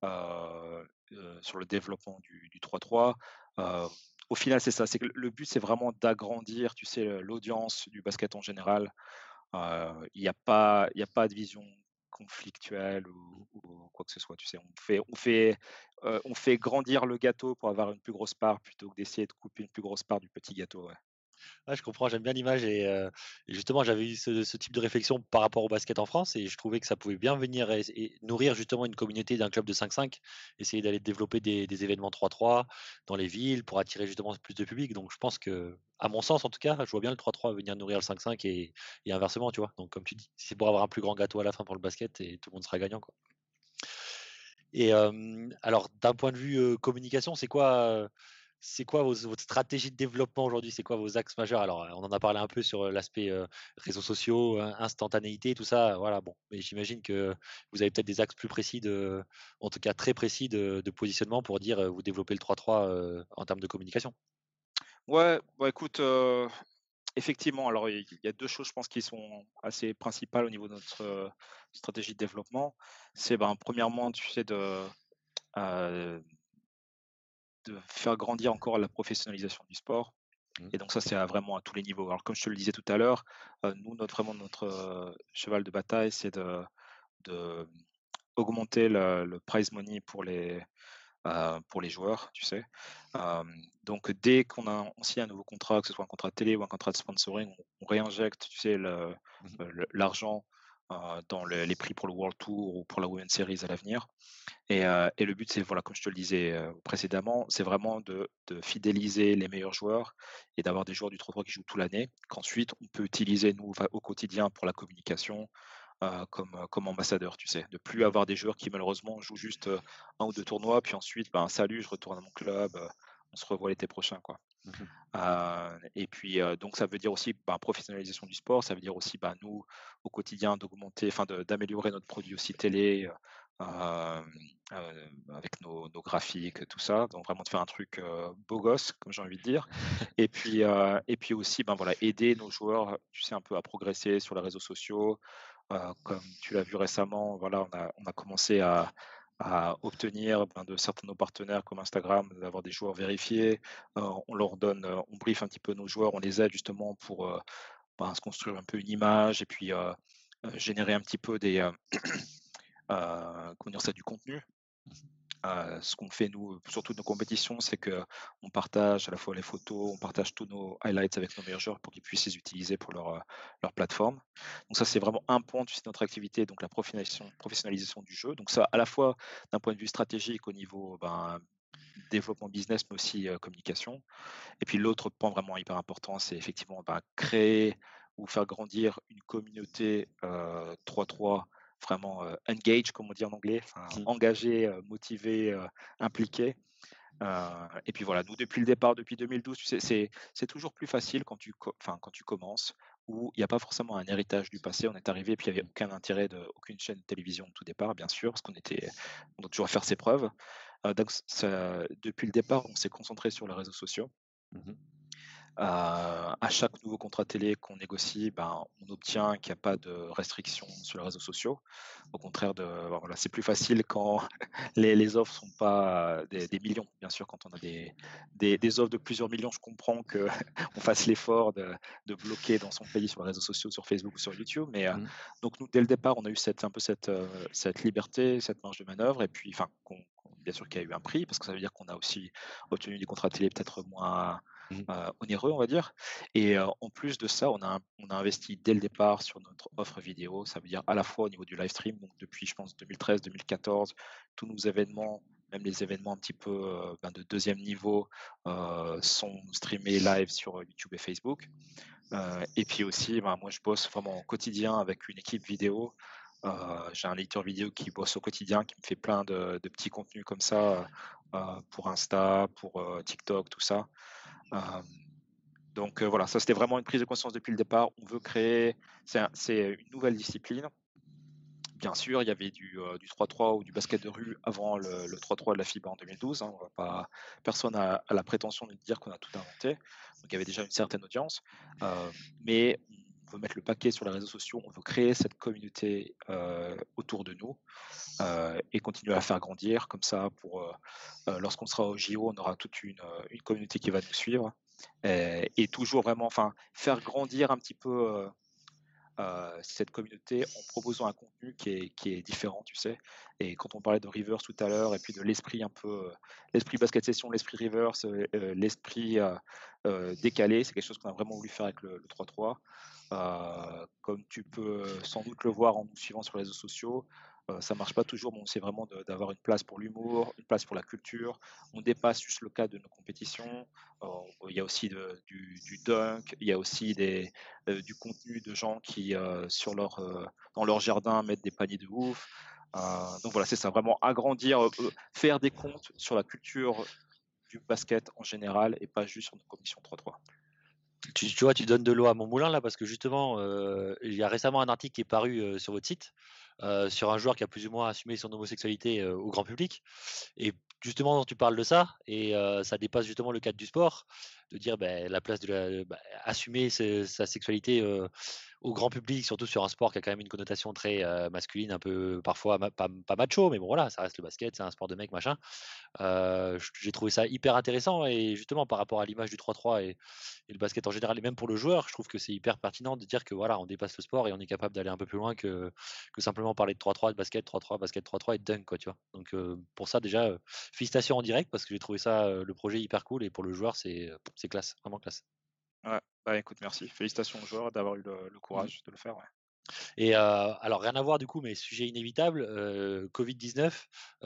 sur le développement du 3-3. Heu, Au final, c'est ça, c'est que le but, c'est vraiment d'agrandir, tu sais, l'audience du basket en général. Il y a pas de vision conflictuelle ou quoi que ce soit, tu sais? On fait grandir le gâteau pour avoir une plus grosse part plutôt que d'essayer de couper une plus grosse part du petit gâteau, ouais. Ouais, je comprends, j'aime bien l'image et justement, j'avais eu ce type de réflexion par rapport au basket en France et je trouvais que ça pouvait bien venir et nourrir justement une communauté d'un club de 5-5, essayer d'aller développer des événements 3-3 dans les villes pour attirer justement plus de public. Donc je pense que, à mon sens en tout cas, je vois bien le 3-3 venir nourrir le 5-5 et inversement, tu vois? Donc comme tu dis, si c'est pour avoir un plus grand gâteau à la fin pour le basket et tout le monde sera gagnant, quoi. Et alors d'un point de vue, communication, c'est quoi votre stratégie de développement aujourd'hui? C'est quoi vos axes majeurs? Alors, on en a parlé un peu sur, l'aspect, réseaux sociaux, instantanéité, tout ça, voilà, bon. Mais j'imagine que vous avez peut-être des axes plus précis en tout cas très précis de positionnement pour dire, vous développez le 3-3, en termes de communication? Ouais, bah, écoute, effectivement, alors il y a 2 choses, je pense, qui sont assez principales au niveau de notre, stratégie de développement. C'est, ben, premièrement, tu sais, heu, de faire grandir encore la professionnalisation du sport. Mmh. Et donc ça, c'est vraiment à tous les niveaux. Alors comme je te le disais tout à l'heure, nous, notre cheval de bataille, c'est de augmenter le prize money pour les joueurs, tu sais? Donc dès on signe un nouveau contrat, que ce soit un contrat télé ou un contrat de sponsoring, on réinjecte, tu sais, Mmh. l'argent, dans les prix pour le World Tour ou pour la Women's Series à l'avenir. Et le but, c'est voilà, comme je te le disais, précédemment, c'est vraiment de fidéliser les meilleurs joueurs et d'avoir des joueurs du 3-3 qui jouent toute l'année, qu'ensuite on peut utiliser nous, au quotidien pour la communication, comme ambassadeur, tu sais? De plus Mmh. avoir des joueurs qui malheureusement jouent juste, 1 ou 2 tournois, puis ensuite, ben, salut, je retourne à mon club, on se revoit l'été prochain, quoi. Mmh. Et puis, donc ça veut dire aussi, ben, professionnalisation du sport, ça veut dire aussi, ben, nous, au quotidien, d'augmenter, enfin d'améliorer notre produit aussi télé, avec nos graphiques, tout ça. Donc vraiment de faire un truc, beau gosse, comme j'ai envie de dire. Et puis aussi, ben, voilà, aider nos joueurs, tu sais, un peu à progresser sur les réseaux sociaux. Comme tu l'as vu récemment, voilà, on a commencé à obtenir, ben, de certains de nos partenaires comme Instagram, d'avoir des joueurs vérifiés. On leur donne, on briefe un petit peu nos joueurs, on les aide justement pour, ben, se construire un peu une image et puis, générer un petit peu comment dire ça? Du contenu. Ce qu'on fait nous, sur toutes nos compétitions, c'est que on partage à la fois les photos, on partage tous nos highlights avec nos meilleurs joueurs pour qu'ils puissent les utiliser pour leur plateforme. Donc ça, c'est vraiment un point, tu sais, de notre activité, donc la professionnalisation du jeu. Donc ça, à la fois d'un point de vue stratégique au niveau, ben, développement business, mais aussi, communication. Et puis l'autre point vraiment hyper important, c'est effectivement, bah, créer ou faire grandir une communauté, 3-3 vraiment, engage comme on dit en anglais, enfin Mmh. engagée, motivée, impliquée. Et puis voilà, nous depuis le départ, depuis 2012, tu sais, c'est toujours plus facile quand tu commences, où il y a pas forcément un héritage du passé. On est arrivé, puis il y avait aucun intérêt de aucune chaîne de télévision au tout départ, bien sûr, parce on doit toujours faire ses preuves. Donc depuis le départ, on s'est concentré sur les réseaux sociaux. Mmh. À chaque nouveau contrat télé qu'on négocie, ben, on obtient qu'il y a pas de restrictions sur les réseaux sociaux. Au contraire voilà, c'est plus facile quand les offres sont pas, des millions. Bien sûr, quand on a des offres de plusieurs millions, je comprends qu'on fasse l'effort de bloquer dans son pays sur les réseaux sociaux, sur Facebook ou sur YouTube. Mais, Mmh. donc nous, dès le départ, on a eu cette liberté, cette marge de manœuvre et puis enfin, bien sûr qu'il y a eu un prix parce que ça veut dire qu'on a aussi obtenu des contrats télé peut-être moins, Mmh. onéreux, on va dire. Et en plus de ça, on a investi dès le départ sur notre offre vidéo. Ça veut dire à la fois au niveau du live stream, donc depuis je pense 2013-2014, tous nos événements, même les événements un petit peu, de deuxième niveau, sont streamés live sur, YouTube et Facebook. Et puis aussi, ben, moi je bosse vraiment au quotidien avec une équipe vidéo. J'ai un éditeur vidéo qui bosse au quotidien, qui me fait plein de petits contenus comme ça, pour Insta, pour, TikTok, tout ça. Hem, donc voilà, ça c'était vraiment une prise de conscience depuis le départ. On veut créer c'est une nouvelle discipline. Bien sûr, il y avait du 3-3 ou du basket de rue avant le 3-3 de la FIBA en 2012, hein. On va pas Personne a la prétention de dire qu'on a tout inventé. Donc il y avait déjà une certaine audience, mais on veut mettre le paquet sur les réseaux sociaux. On veut créer cette communauté, autour de nous, et continuer à la faire grandir comme ça lorsqu'on sera au JO, on aura toute une communauté qui va nous suivre, et toujours vraiment faire grandir un petit peu, cette communauté en proposant un contenu qui est différent, tu sais? Et quand on parlait de Rivers tout à l'heure et puis de l'esprit un peu, l'esprit basket session, l'esprit Rivers, l'esprit, décalé, c'est quelque chose qu'on a vraiment voulu faire avec le 3-3. Comme tu peux sans doute le voir en nous suivant sur les réseaux sociaux, ça marche pas toujours, mais on essaie vraiment d'avoir une place pour l'humour, une place pour la culture. On dépasse juste le cadre de nos compétitions. Il y a aussi du dunk, il y a aussi du contenu de gens qui, dans leur jardin, mettent des paniers de ouf. Donc voilà, c'est ça, vraiment agrandir, faire des comptes sur la culture du basket en général et pas juste sur nos commissions 3-3. Tu vois, tu donnes de l'eau à mon moulin là parce que justement, il y a récemment un article qui est paru, sur votre site, sur un joueur qui a plus ou moins assumé son homosexualité, au grand public et justement tu parles de ça et ça dépasse justement le cadre du sport, de dire, beh, la place de assumer sa sexualité, au grand public, surtout sur un sport qui a quand même une connotation très, masculine, un peu parfois pas macho, mais bon voilà, ça reste le basket, c'est un sport de mec machin. J'ai trouvé ça hyper intéressant et justement par rapport à l'image du 3-3 et le basket en général et même pour le joueur, je trouve que c'est hyper pertinent de dire que voilà, on dépasse le sport et on est capable d'aller un peu plus loin que simplement parler de 3-3, de basket 3-3, basket 3-3 et de dunk quoi, tu vois? Donc pour ça déjà, félicitations en direct parce que j'ai trouvé ça, le projet hyper cool et pour le joueur, c'est classe, vraiment classe. Ouais, bah, écoute, merci. Félicitations aux joueurs d'avoir eu le Mmh. courage de le faire, ouais. Et alors rien à voir du coup, mais sujet inévitable, Covid-19.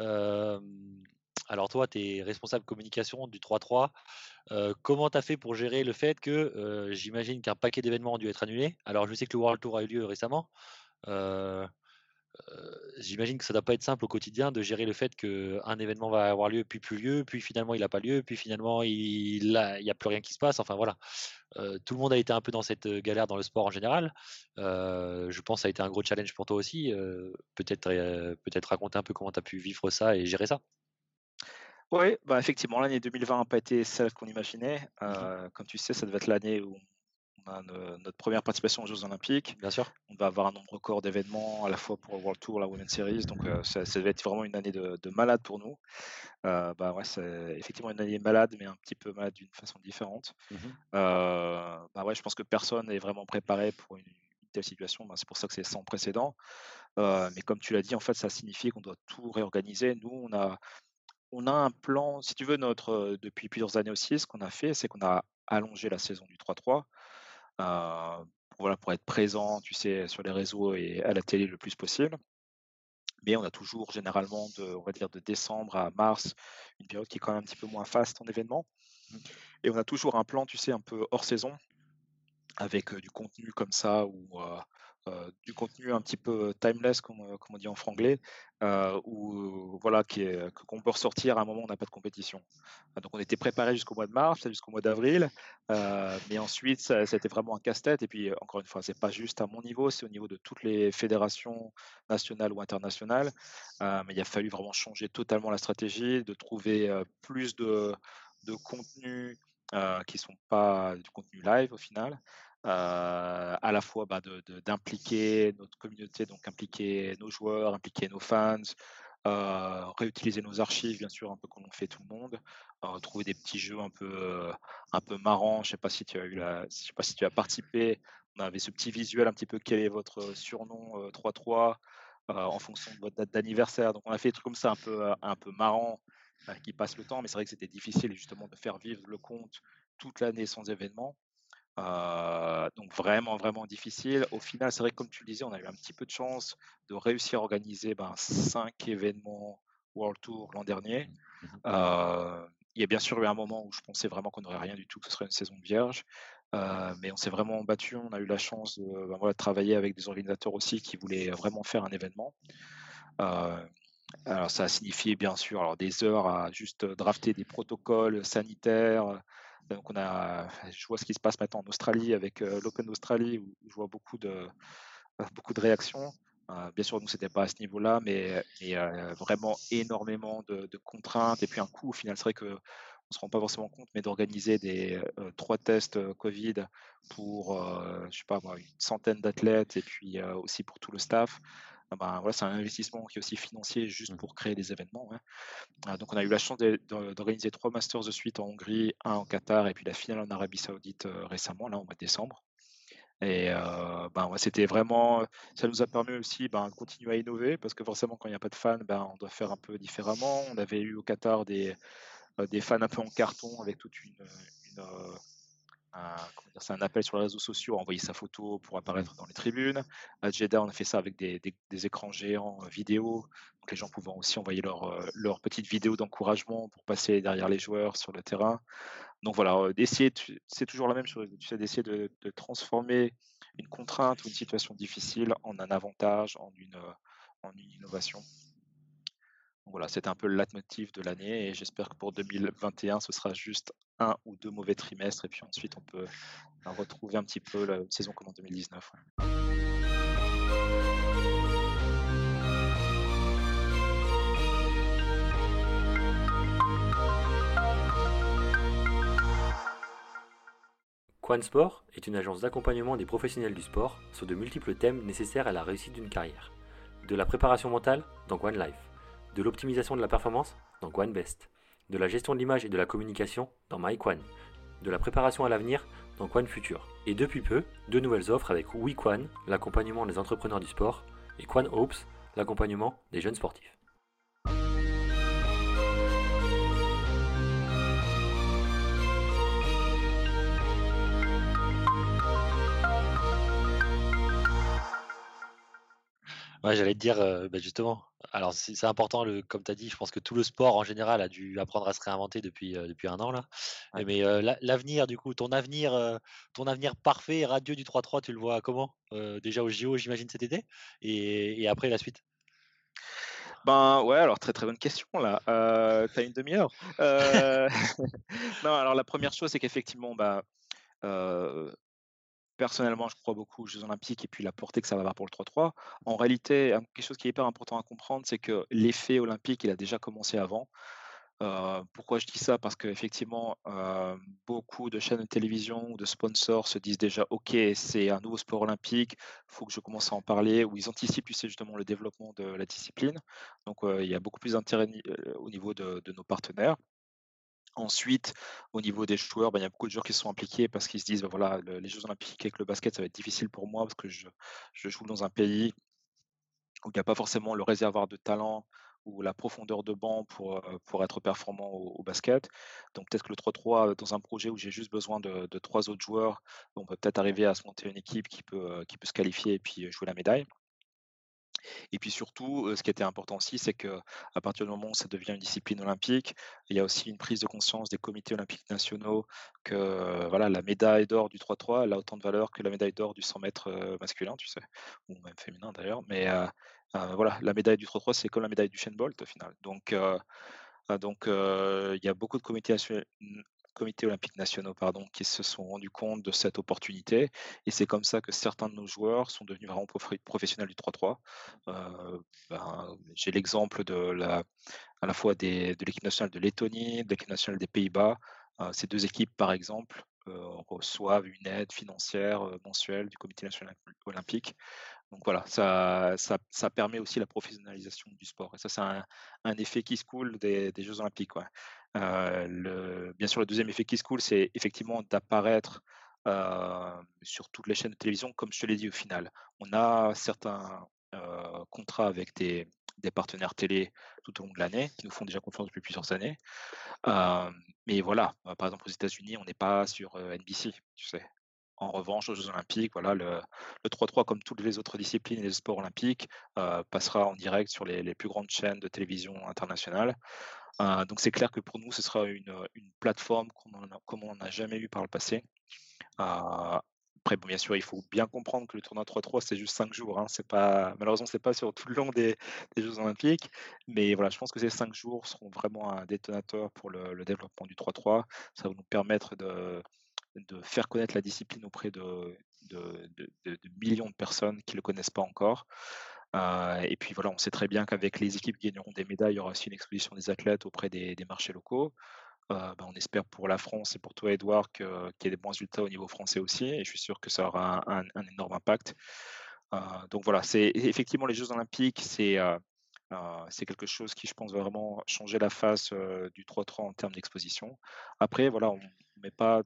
Alors toi, tu es responsable communication du 3-3. Comment tu as fait pour gérer le fait que, j'imagine qu'un paquet d'événements ont dû être annulés? Alors je sais que le World Tour a eu lieu récemment. Heu J'imagine que ça doit pas être simple au quotidien de gérer le fait qu'un événement va avoir lieu, puis plus lieu, puis finalement il a pas lieu, puis finalement il y a plus rien qui se passe. Enfin voilà, tout le monde a été un peu dans cette, galère dans le sport en général. Je pense que ça a été un gros challenge pour toi aussi, peut-être raconter un peu comment tu as pu vivre ça et gérer ça? Ouais, bah, effectivement, l'année 2020 n'a pas été celle qu'on imaginait. Mmh. Comme tu sais, ça devait être l'année où on a notre première participation aux Jeux olympiques. Bien sûr. On va avoir un nombre record d'événements, à la fois pour le World Tour, la Women's Series, donc ça devait être vraiment une année de malade pour nous. Bah, ouais, c'est effectivement une année malade, mais un petit peu malade d'une façon différente. Mmh. Bah, ouais, je pense que personne n'est vraiment préparé pour une telle situation. Bah, c'est pour ça que c'est sans précédent. Mais comme tu l'as dit, en fait, ça signifie qu'on doit tout réorganiser. Nous, on a un plan, si tu veux, depuis plusieurs années aussi, ce qu'on a fait, c'est qu'on a allongé la saison du 3-3, pour être présent, tu sais, sur les réseaux et à la télé le plus possible. Mais on a toujours généralement on va dire de décembre à mars, une période qui est quand même un petit peu moins faste en événements, Mmh. et on a toujours un plan, tu sais, un peu hors saison avec, du contenu comme ça ou, du contenu un petit peu timeless comme on dit en franglais, ou voilà qu'on peut ressortir à un moment où on n'a pas de compétition. Donc on était préparé jusqu'au mois de mars, peut-être jusqu'au mois d'avril, mais ensuite ça a été vraiment un casse-tête, et puis, encore une fois, c'est pas juste à mon niveau, c'est au niveau de toutes les fédérations nationales ou internationales, mais il a fallu vraiment changer totalement la stratégie, de trouver, plus de contenus, qui sont pas du contenu live au final, à la fois, d'impliquer notre communauté, donc impliquer nos joueurs, impliquer nos fans, réutiliser nos archives, bien sûr, un peu comme on fait tout le monde, trouver des petits jeux un peu marrants. Je sais pas si tu as participé. On avait ce petit visuel un petit peu: «Quel est votre surnom, 3-3?» En fonction de votre date d'anniversaire. Donc on a fait des trucs comme ça un peu marrants, qui passent le temps, mais c'est vrai que c'était difficile justement de faire vivre le compte toute l'année sans événement. Donc vraiment, vraiment difficile. Au final, c'est vrai que comme tu le disais, on a eu un petit peu de chance de réussir à organiser, 5 événements World Tour l'an dernier. Mmh. Mmh. Il y a bien sûr eu un moment où je pensais vraiment qu'on n'aurait rien du tout, que ce serait une saison vierge, mais on s'est vraiment battu. On a eu la chance de, voilà, de travailler avec des organisateurs aussi qui voulaient vraiment faire un événement. Heu, alors ça a signifié bien sûr alors des heures à juste, drafter des protocoles sanitaires, donc je vois ce qui se passe maintenant en Australie avec, l'Open d'Australie où je vois beaucoup de réactions. Bien sûr, nous, c'était pas à ce niveau-là, mais vraiment énormément de contraintes et puis un coût au final. C'est vrai qu'on se rend pas forcément compte, mais d'organiser des, 3 tests, covid pour, je sais pas moi, une centaine d'athlètes et puis, aussi pour tout le staff, ben, voilà, c'est un investissement qui est aussi financier juste Mmh. pour créer des événements, ouais. Donc on a eu la chance d'organiser 3 masters de suite en Hongrie, un en Qatar et puis la finale en Arabie Saoudite, récemment, là, au mois de décembre. Et ben, ouais, c'était vraiment, ça nous a permis aussi, ben, de continuer à innover parce que forcément quand il y a pas de fans, ben, on doit faire un peu différemment. On avait eu au Qatar des fans un peu en carton avec toute une, comment dire? C'est un appel sur les réseaux sociaux à envoyer sa photo pour Mmh. apparaître dans les tribunes. À Jeddah, on a fait ça avec des écrans géants, vidéo, donc les gens pouvant aussi envoyer leurs petites vidéos d'encouragement pour passer derrière les joueurs sur le terrain. Donc voilà, d'essayer c'est toujours la même chose, tu sais, d'essayer de transformer une contrainte ou une situation difficile en un avantage, en une innovation. Donc voilà, c'était un peu le leitmotiv de l'année et j'espère que pour 2021, ce sera juste un ou 2 mauvais trimestres et puis ensuite on peut, retrouver un petit peu la saison comme en 2019, ouais. Quan Sport est une agence d'accompagnement des professionnels du sport sur de multiples thèmes nécessaires à la réussite d'une carrière. De la préparation mentale dans Quan Life, de l'optimisation de la performance dans Quan Best, de la gestion de l'image et de la communication dans MyQuan, de la préparation à l'avenir dans Quan Future. Et depuis peu, deux nouvelles offres avec WeQuan, l'accompagnement des entrepreneurs du sport, et Quan Hopes, l'accompagnement des jeunes sportifs. Ouais, j'allais te dire, justement, alors c'est important comme tu as dit, je pense que tout le sport en général a dû apprendre à se réinventer depuis 1 an là. Ouais. Mais, l'avenir du coup, ton avenir parfait et radieux du 3-3, tu le vois comment? Déjà aux JO j'imagine cet été? Et après la suite? Ben, ouais, alors très, très bonne question là, tu as 1/2 heure? Heu, non, alors la première chose, c'est qu'effectivement, bah, heu personnellement, je crois beaucoup aux Jeux olympiques et puis la portée que ça va avoir pour le 3-3. En réalité, quelque chose qui est hyper important à comprendre, c'est que l'effet olympique, il a déjà commencé avant. Pourquoi je dis ça? Parce qu'effectivement, beaucoup de chaînes de télévision ou de sponsors se disent déjà: «OK, c'est un nouveau sport olympique, il faut que je commence à en parler», ou ils anticipent, tu sais, justement le développement de la discipline. Donc, il y a beaucoup plus d'intérêt au niveau de nos partenaires. Ensuite, au niveau des joueurs, bah, il y a beaucoup de joueurs qui sont impliqués parce qu'ils se disent: «Bah, voilà, les Jeux olympiques avec le basket, ça va être difficile pour moi parce que je joue dans un pays où il y a pas forcément le réservoir de talent ou la profondeur de banc pour être performant au basket». Donc peut-être que le 3-3, dans un projet où j'ai juste besoin de 3 autres joueurs, on peut peut-être arriver à se monter une équipe qui peut se qualifier et puis, jouer la médaille. Et puis surtout, ce qui était important aussi, c'est qu'à partir du moment où ça devient une discipline olympique, il y a aussi une prise de conscience des comités olympiques nationaux que, voilà, la médaille d'or du 3-3, elle a autant de valeur que la médaille d'or du 100 mètres, masculin, tu sais? Ou même féminin d'ailleurs, mais voilà, la médaille du 3-3, c'est comme la médaille du Usain Bolt au final. Il y a beaucoup de comités olympiques nationaux, pardon, qui se sont rendus compte de cette opportunité et c'est comme ça que certains de nos joueurs sont devenus vraiment professionnels du 3-3. J'ai l'exemple à la fois de l'équipe nationale de Lettonie, de l'équipe nationale des Pays-Bas. Ces 2 équipes, par exemple, reçoivent une aide financière, mensuelle du comité national olympique. Donc voilà, ça permet aussi la professionnalisation du sport et ça, c'est un effet qui se coule des jeux olympiques, ouais. Bien sûr, le deuxième effet qui se coule, c'est effectivement d'apparaître, sur toutes les chaînes de télévision, comme je te l'ai dit au final. On a certains, contrats avec des partenaires télé tout au long de l'année, qui nous font déjà confiance depuis plusieurs années. Mais voilà, par exemple aux États-Unis, on n'est pas sur, NBC, tu sais? En revanche, aux Jeux olympiques, voilà, le 3-3, comme toutes les autres disciplines et les sports olympiques, passera en direct sur les plus grandes chaînes de télévision internationales. Donc c'est clair que pour nous, ce sera une plateforme comme on n'en a jamais eu par le passé. Heu, Après bon, bien sûr, il faut bien comprendre que le tournoi 3-3, c'est juste 5 jours, hein. C'est pas malheureusement, c'est pas sur tout le long des Jeux olympiques, mais voilà, je pense que ces 5 jours seront vraiment un détonateur pour le développement du 3-3. Ça va nous permettre de faire connaître la discipline auprès de millions de personnes qui ne le connaissent pas encore. Et puis voilà, on sait très bien qu'avec les équipes qui gagneront des médailles, il y aura aussi une exposition des athlètes auprès des marchés locaux. On espère pour la France et pour toi, Edouard, qu'il y ait des bons résultats au niveau français aussi, et je suis sûr que ça aura un énorme impact. Donc voilà, c'est effectivement les Jeux olympiques, c'est quelque chose qui, je pense, va vraiment changer la face, du 3-3 en termes d'exposition. Après voilà, on ne met pas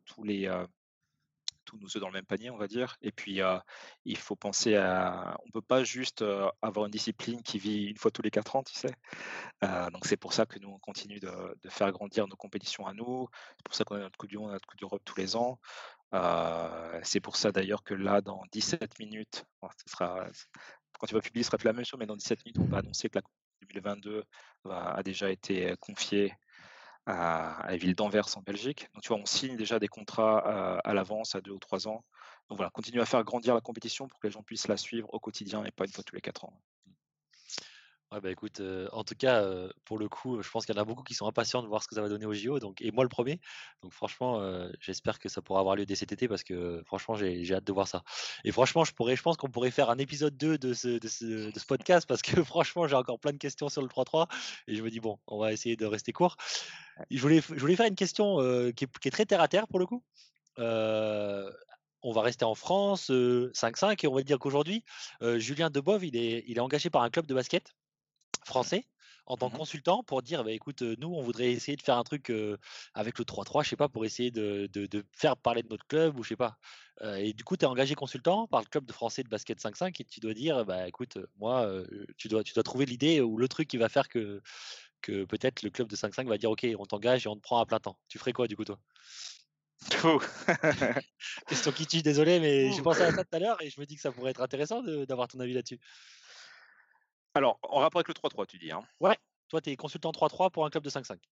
tous nos œufs dans le même panier, on va dire. Et puis, il faut penser à on peut pas juste, avoir une discipline qui vit une fois tous les 4 ans, tu sais? Donc c'est pour ça que nous, on continue de faire grandir nos compétitions à nous. C'est pour ça qu'on a notre coupe du monde, notre coupe d'Europe tous les ans. C'est pour ça d'ailleurs que là, dans 17 minutes, bon, ce sera quand tu vas publier, ce sera plus la même chose, mais dans 17 minutes, on va annoncer que la coupe 2022 a déjà été, confiée à la ville d'Anvers en Belgique. Donc tu vois, on signe déjà des contrats, à l'avance, à 2 ou 3 ans. Donc voilà, continuer à faire grandir la compétition pour que les gens puissent la suivre au quotidien et pas une fois tous les 4 ans. Ouais, bah, écoute, en tout cas, pour le coup, je pense qu'il y en a beaucoup qui sont impatients de voir ce que ça va donner aux JO, donc et moi le premier. Donc franchement, j'espère que ça pourra avoir lieu dès cet été parce que franchement, j'ai hâte de voir ça. Et franchement, je pense qu'on pourrait faire un épisode 2 de ce podcast parce que franchement, j'ai encore plein de questions sur le 3-3 et je me dis: «Bon, on va essayer de rester court». Et je voulais faire une question, qui est très terre à terre pour le coup. Heu, on va rester en France, 5-5 et on va dire qu'aujourd'hui, Julien Debove, il est engagé par un club de basket Mmh. français en tant que Mmh. consultant pour dire: «Bah, écoute, nous, on voudrait essayer de faire un truc, avec le 3-3, je sais pas, pour essayer de faire parler de notre club ou je sais pas». Et du coup, tu es engagé consultant par le club de français de basket 5-5 et tu dois dire: «Bah, écoute, moi, tu dois trouver l'idée ou le truc qui va faire que peut-être le club de 5-5 va dire: "OK, on t'engage et on te prend à plein temps"». Tu ferais quoi du coup, toi? Question qui tue, désolé, mais j'ai Ouh! pensé à ça tout à l'heure et je me dis que ça pourrait être intéressant d'avoir ton avis là-dessus. Alors, en rapport avec le 3-3, tu dis, hein? Ouais, toi, tu es consultant 3-3 pour un club de 5-5.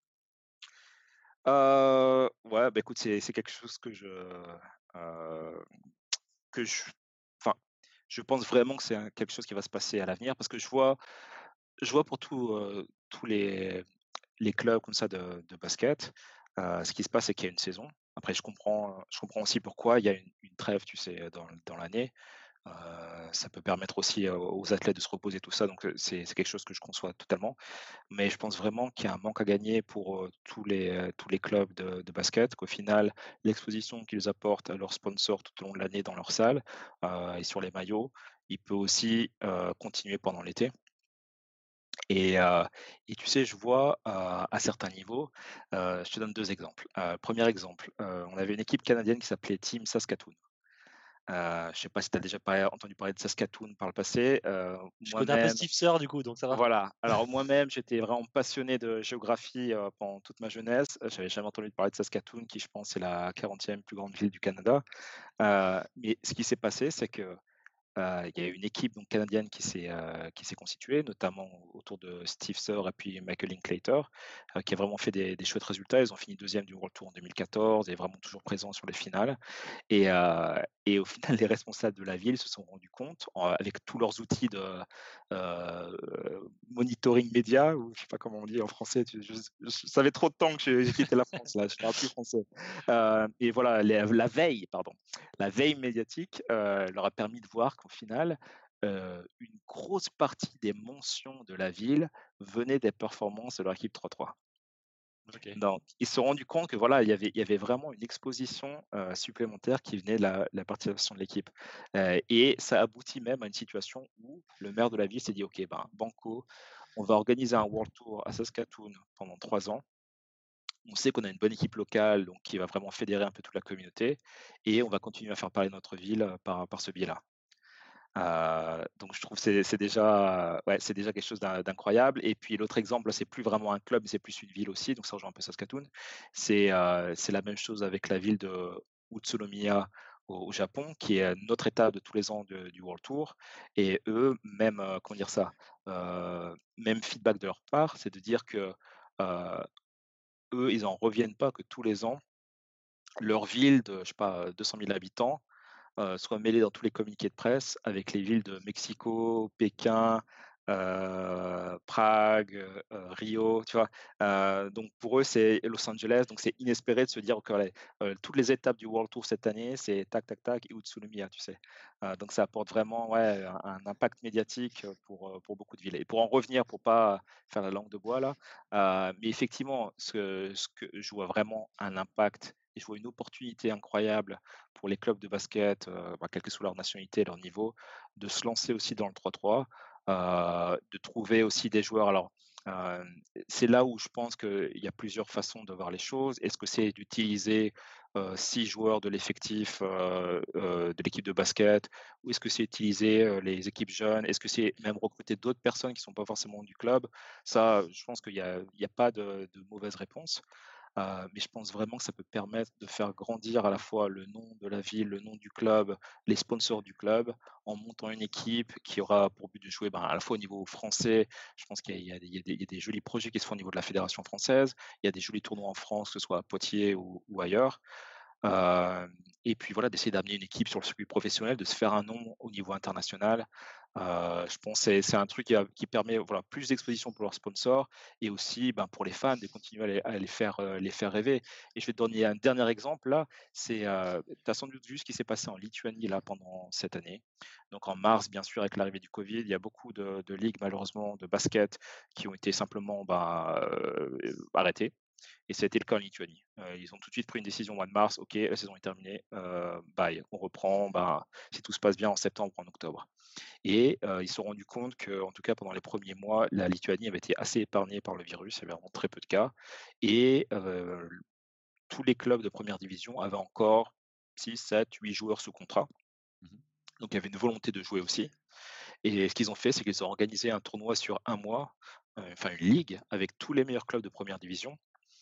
Ouais, bah, écoute, c'est quelque chose heu, que je enfin, je pense vraiment que c'est quelque chose qui va se passer à l'avenir parce que je vois pour tous les clubs comme ça de basket, ce qui se passe, c'est qu'il y a une saison. Après je comprends aussi pourquoi il y a une trêve, tu sais, dans l'année. Ça peut permettre aussi, aux athlètes de se reposer, tout ça, donc c'est quelque chose que je conçois totalement. Mais je pense vraiment qu'il y a un manque à gagner pour, tous les clubs de basket, qu'au final, l'exposition qu'ils apportent à leurs sponsors tout au long de l'année dans leurs salles, et sur les maillots, il peut aussi, continuer pendant l'été. Et tu sais, je vois, à certains niveaux, je te donne 2 exemples. 1er exemple, on avait une équipe canadienne qui s'appelait Team Saskatoon. Je ne sais pas si tu as déjà entendu parler de Saskatoon par le passé. Je connais un peu Moi-même Steve Sir du coup, donc ça va. voilà, alors moi-même, j'étais vraiment passionné de géographie, pendant toute ma jeunesse. J'avais jamais entendu parler de Saskatoon qui, je pense, est la 40e plus grande ville du Canada. Mais ce qui s'est passé, c'est que il y a une équipe donc canadienne qui s'est constituée, notamment autour de Steve Sir et puis Michael Linklater, qui a vraiment fait des chouettes résultats. Ils ont fini 2e du World Tour en 2014 et vraiment toujours présents sur les finales. Et au final, les responsables de la ville se sont rendus compte, avec tous leurs outils de, monitoring média, ou je sais pas comment on dit en français, ça fait trop de temps que j'ai quitté la France là, je parle plus français. Et voilà, la veille médiatique, leur a permis de voir qu'au final, une grosse partie des mentions de la ville venaient des performances de leur équipe 3-3. OK. Donc, ils se sont rendus compte que voilà, il y avait vraiment une exposition, supplémentaire qui venait de la participation de l'équipe. Et ça aboutit même à une situation où le maire de la ville s'est dit: «OK, ben, banco, on va organiser un World Tour à Saskatoon pendant 3 ans. On sait qu'on a une bonne équipe locale, donc qui va vraiment fédérer un peu toute la communauté, et on va continuer à faire parler de notre ville, par ce biais-là». Donc je trouve que c'est déjà, ouais, c'est déjà quelque chose d'incroyable. Et puis l'autre exemple, là, c'est plus vraiment un club, mais c'est plus une ville aussi, donc ça rejoint un peu Saskatoon. C'est la même chose avec la ville de Utsunomiya au Japon, qui est notre étape de tous les ans du World Tour. Et eux, même, comment dire ça, même feedback de leur part, c'est de dire que eux, ils en reviennent pas que tous les ans, leur ville de, je sais pas, 200 000 habitants, soit mêlée dans tous les communiqués de presse avec les villes de Mexico, Pékin, Prague, Rio, tu vois? Donc pour eux, c'est Los Angeles, donc c'est inespéré de se dire que allez, toutes les étapes du World Tour cette année, c'est tac, tac, tac et Utsunomiya, tu sais? Donc ça apporte vraiment, ouais, un impact médiatique, pour beaucoup de villes et pour en revenir, pour pas faire la langue de bois là, mais effectivement, ce que je vois vraiment un impact et je vois une opportunité incroyable pour les clubs de basket, quelle que soit leur nationalité, leur niveau, de se lancer aussi dans le 3-3, de trouver aussi des joueurs. Alors, heu, c'est là où je pense qu'il y a plusieurs façons de voir les choses. Est-ce que c'est d'utiliser, 6 joueurs de l'effectif, de l'équipe de basket? Ou est-ce que c'est utiliser, les équipes jeunes? Est-ce que c'est même recruter d'autres personnes qui ne sont pas forcément du club? Ça, je pense qu'il y a pas de mauvaise réponse. Mais je pense vraiment que ça peut permettre de faire grandir à la fois le nom de la ville, le nom du club, les sponsors du club, en montant une équipe qui aura pour but de jouer, à la fois au niveau français. Je pense qu'il y a des jolis projets qui se font au niveau de la fédération française. Il y a des jolis tournois en France, que ce soit à Poitiers ou ailleurs. Et puis voilà, d'essayer d'amener une équipe sur le circuit professionnel, de se faire un nom au niveau international. Je pense que c'est un truc qui permet, voilà, plus d'exposition pour leurs sponsors et aussi, pour les fans de continuer à les faire rêver. Et je vais te donner un dernier exemple là, c'est, tu as sans doute vu ce qui s'est passé en Lituanie là pendant cette année. Donc en mars, bien sûr, avec l'arrivée du covid, il y a beaucoup de ligues malheureusement de basket qui ont été simplement, arrêtées. Et ça a été le cas en Lituanie. Ils ont tout de suite pris une décision au mois de mars: «OK, la saison est terminée, bye, on reprend, si tout se passe bien en septembre ou en octobre». Et ils se sont rendus compte qu'en tout cas pendant les premiers mois, la Lituanie avait été assez épargnée par le virus, il y avait vraiment très peu de cas et tous les clubs de première division avaient encore 6, 7, 8 joueurs sous contrat. Mmh. Donc il y avait une volonté de jouer aussi et ce qu'ils ont fait, c'est qu'ils ont organisé un tournoi sur un mois, enfin une ligue avec tous les meilleurs clubs de première division,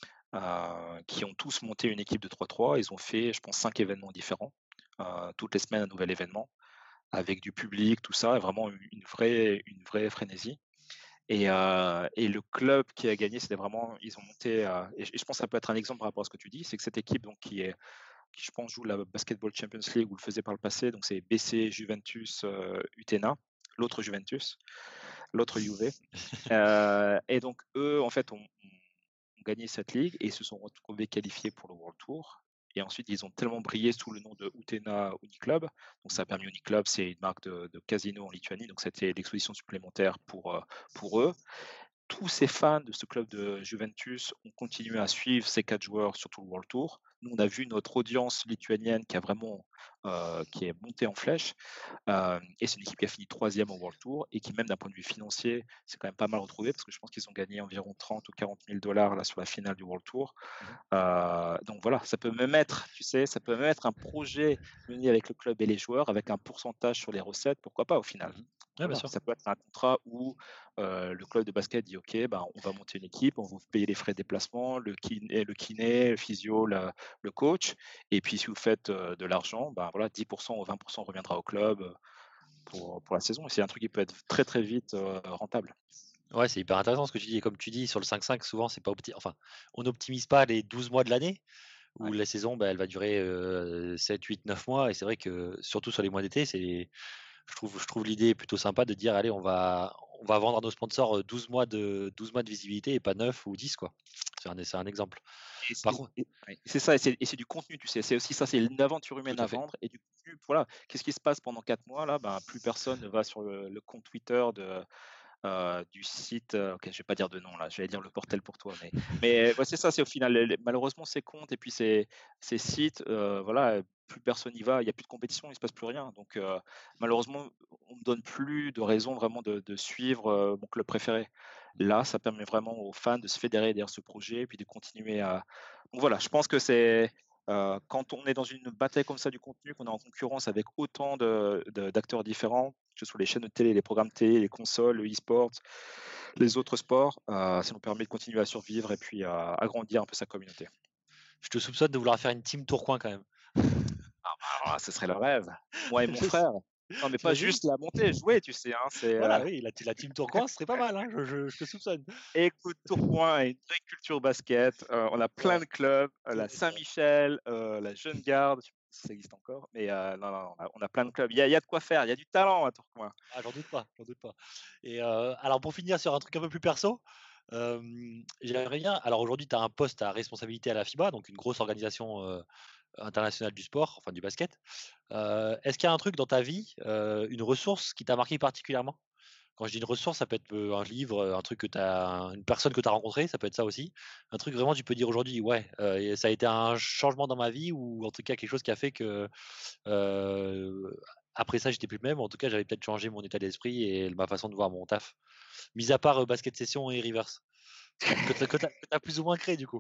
qui ont tous monté une équipe de 3-3. Ils ont fait, je pense, 5 événements différents, toutes les semaines un nouvel événement, avec du public, tout ça, et vraiment une vraie frénésie. Et le club qui a gagné, c'était vraiment, ils ont monté, et je pense que ça peut être un exemple par rapport à ce que tu dis, c'est que cette équipe donc qui je pense joue la Basketball Champions League ou le faisait par le passé, donc c'est BC Juventus, Utena, l'autre Juventus, l'autre Juve. Et donc eux, en fait, ont gagné cette ligue et ils se sont retrouvés qualifiés pour le World Tour. Et ensuite, ils ont tellement brillé sous le nom de Utena Uniclub. Donc, ça a permis Uniclub, c'est une marque de casino en Lituanie. Donc, c'était l'exposition supplémentaire pour eux. Tous ces fans de ce club de Juventus ont continué à suivre ces 4 joueurs sur tout le World Tour. Nous, on a vu notre audience lituanienne qui a vraiment, qui est montée en flèche. Et c'est une équipe qui a fini troisième au World Tour et qui, même d'un point de vue financier, s'est quand même pas mal retrouvée parce que je pense qu'ils ont gagné environ 30 ou 40 000 dollars là sur la finale du World Tour. Mmh. Donc voilà, ça peut même être, tu sais, ça peut même être un projet mené avec le club et les joueurs avec un pourcentage sur les recettes, pourquoi pas au final. Mmh. Ouais, bien Voilà, sûr. ça peut être un contrat où le club de basket dit: «OK, on va monter une équipe, on va vous payer les frais de déplacement, le kiné, le physio, le coach et puis si vous faites, de l'argent, voilà 10 ou 20 reviendra au club, pour la saison». Et c'est un truc qui peut être très, très vite, rentable. Ouais, c'est hyper intéressant ce que tu dis et comme tu dis sur le 5-5 souvent c'est pas enfin, on n'optimise pas les 12 mois de l'année où Ouais. la saison, bah, elle va durer, 7, 8, 9 mois et c'est vrai que surtout sur les mois d'été, je trouve l'idée plutôt sympa de dire: «Allez, on va vendre à nos sponsors, 12 mois de visibilité et pas 9 ou 10 quoi». C'est un exemple. Et Par c'est contre et ouais, c'est ça et c'est du contenu, tu sais? C'est aussi ça, c'est une aventure tout humaine à à fait. vendre et du contenu, voilà. Qu'est-ce qui se passe pendant 4 mois là? Plus personne ne va sur le compte Twitter du site, OK, je vais pas dire de nom là, j'allais dire le Portel pour toi, mais ouais, c'est ça, c'est au final les malheureusement ces comptes et puis ces sites, voilà, plus personne y va, il y a plus de compétition, il se passe plus rien. Donc malheureusement, on me donne plus de raison vraiment de suivre, mon club préféré. Mmh. Là, ça permet vraiment aux fans de se fédérer derrière ce projet et puis de continuer à donc voilà, je pense que c'est, quand on est dans une bataille comme ça du contenu, qu'on est en concurrence avec autant d'acteurs différents, que ce soit les chaînes de télé, les programmes télé, les consoles, le e-sport, les autres sports, ça nous permet de continuer à survivre et puis à agrandir un peu sa communauté. Je te soupçonne de vouloir faire une team Tourcoing quand même. Ah, ce serait le rêve. Moi et mon Je frère. Non, mais pas T'imagines? juste la montée, jouer, tu sais, hein, c'est, Voilà, oui, la team Tourcoing, ce serait pas mal, hein, je te soupçonne. écoute, Tourcoing a une vraie culture basket, on a plein Ouais, de clubs, c'est la vrai, c'est vrai. Saint-Michel, la Jeune Garde, je sais pas si ça existe encore, mais non, non, on a plein de clubs. Il y a de quoi faire, il y a du talent à Tourcoing. Ah, j'en doute pas, j'en doute pas. Et alors pour finir sur un truc un peu plus perso, j'aimerais bien alors aujourd'hui tu as un poste à responsabilité à la FIBA, donc une grosse organisation, internationale du sport, enfin du basket. Est-ce qu'il y a un truc dans ta vie, une ressource qui t'a marqué particulièrement? Quand je dis une ressource, ça peut être, un livre, un truc que tu as une personne que tu as rencontrée, ça peut être ça aussi. Un truc vraiment tu peux dire aujourd'hui: «Ouais, et ça a été un changement dans ma vie» ou en tout cas quelque chose qui a fait que, heu, après ça j'étais plus le même, ou en tout cas j'avais peut-être changé mon état d'esprit et ma façon de voir mon taf. Mis à part, Basket Session et Rivers, que tu plus ou moins créé du coup?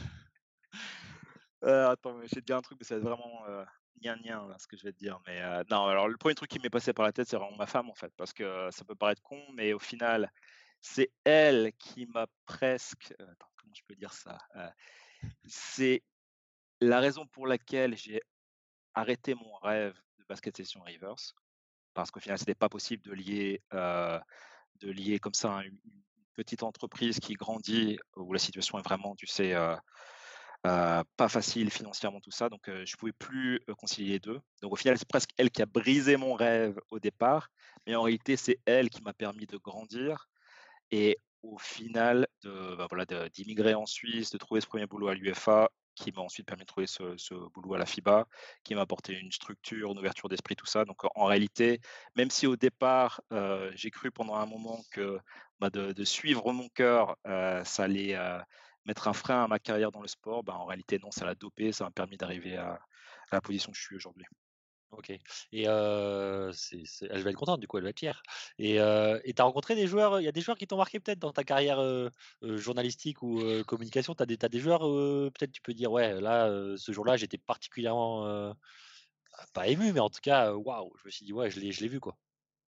Attends, mais je vais te dire un truc, mais ça va être vraiment, gnangnan là, ce que je vais te dire, mais non, alors le premier truc qui m'est passé par la tête, c'est vraiment ma femme, en fait, parce que ça peut paraître con, mais au final, c'est elle qui m'a presque, attends, comment je peux dire ça? C'est la raison pour laquelle j'ai arrêté mon rêve de Basket Session Rivers, parce qu'au final, c'était pas possible de lier comme ça une petite entreprise qui grandit, où la situation est vraiment, tu sais, pas facile financièrement, tout ça, donc je pouvais plus, concilier les 2. Donc au final, c'est presque elle qui a brisé mon rêve au départ, mais en réalité, c'est elle qui m'a permis de grandir et au final bah, voilà, d'immigrer en Suisse, de trouver ce premier boulot à l'UFA, qui m'a ensuite permis de trouver ce boulot à la FIBA, qui m'a apporté une structure, une ouverture d'esprit, tout ça. Donc en réalité, même si au départ, j'ai cru pendant un moment que, bah, de suivre mon cœur, ça allait, mettre un frein à ma carrière dans le sport, bah, en réalité non, ça l'a dopé, ça m'a permis d'arriver à la position que je suis aujourd'hui. OK. Et c'est elle va être contente du coup, elle va être fière. Et tu as rencontré des joueurs, il y a des joueurs qui t'ont marqué peut-être dans ta carrière, journalistique ou communication? Tu as des joueurs, peut-être tu peux dire: «Ouais, là, ce jour-là, j'étais particulièrement, pas ému, mais en tout cas, waouh!» Je me suis dit: «Ouais, je l'ai vu, quoi».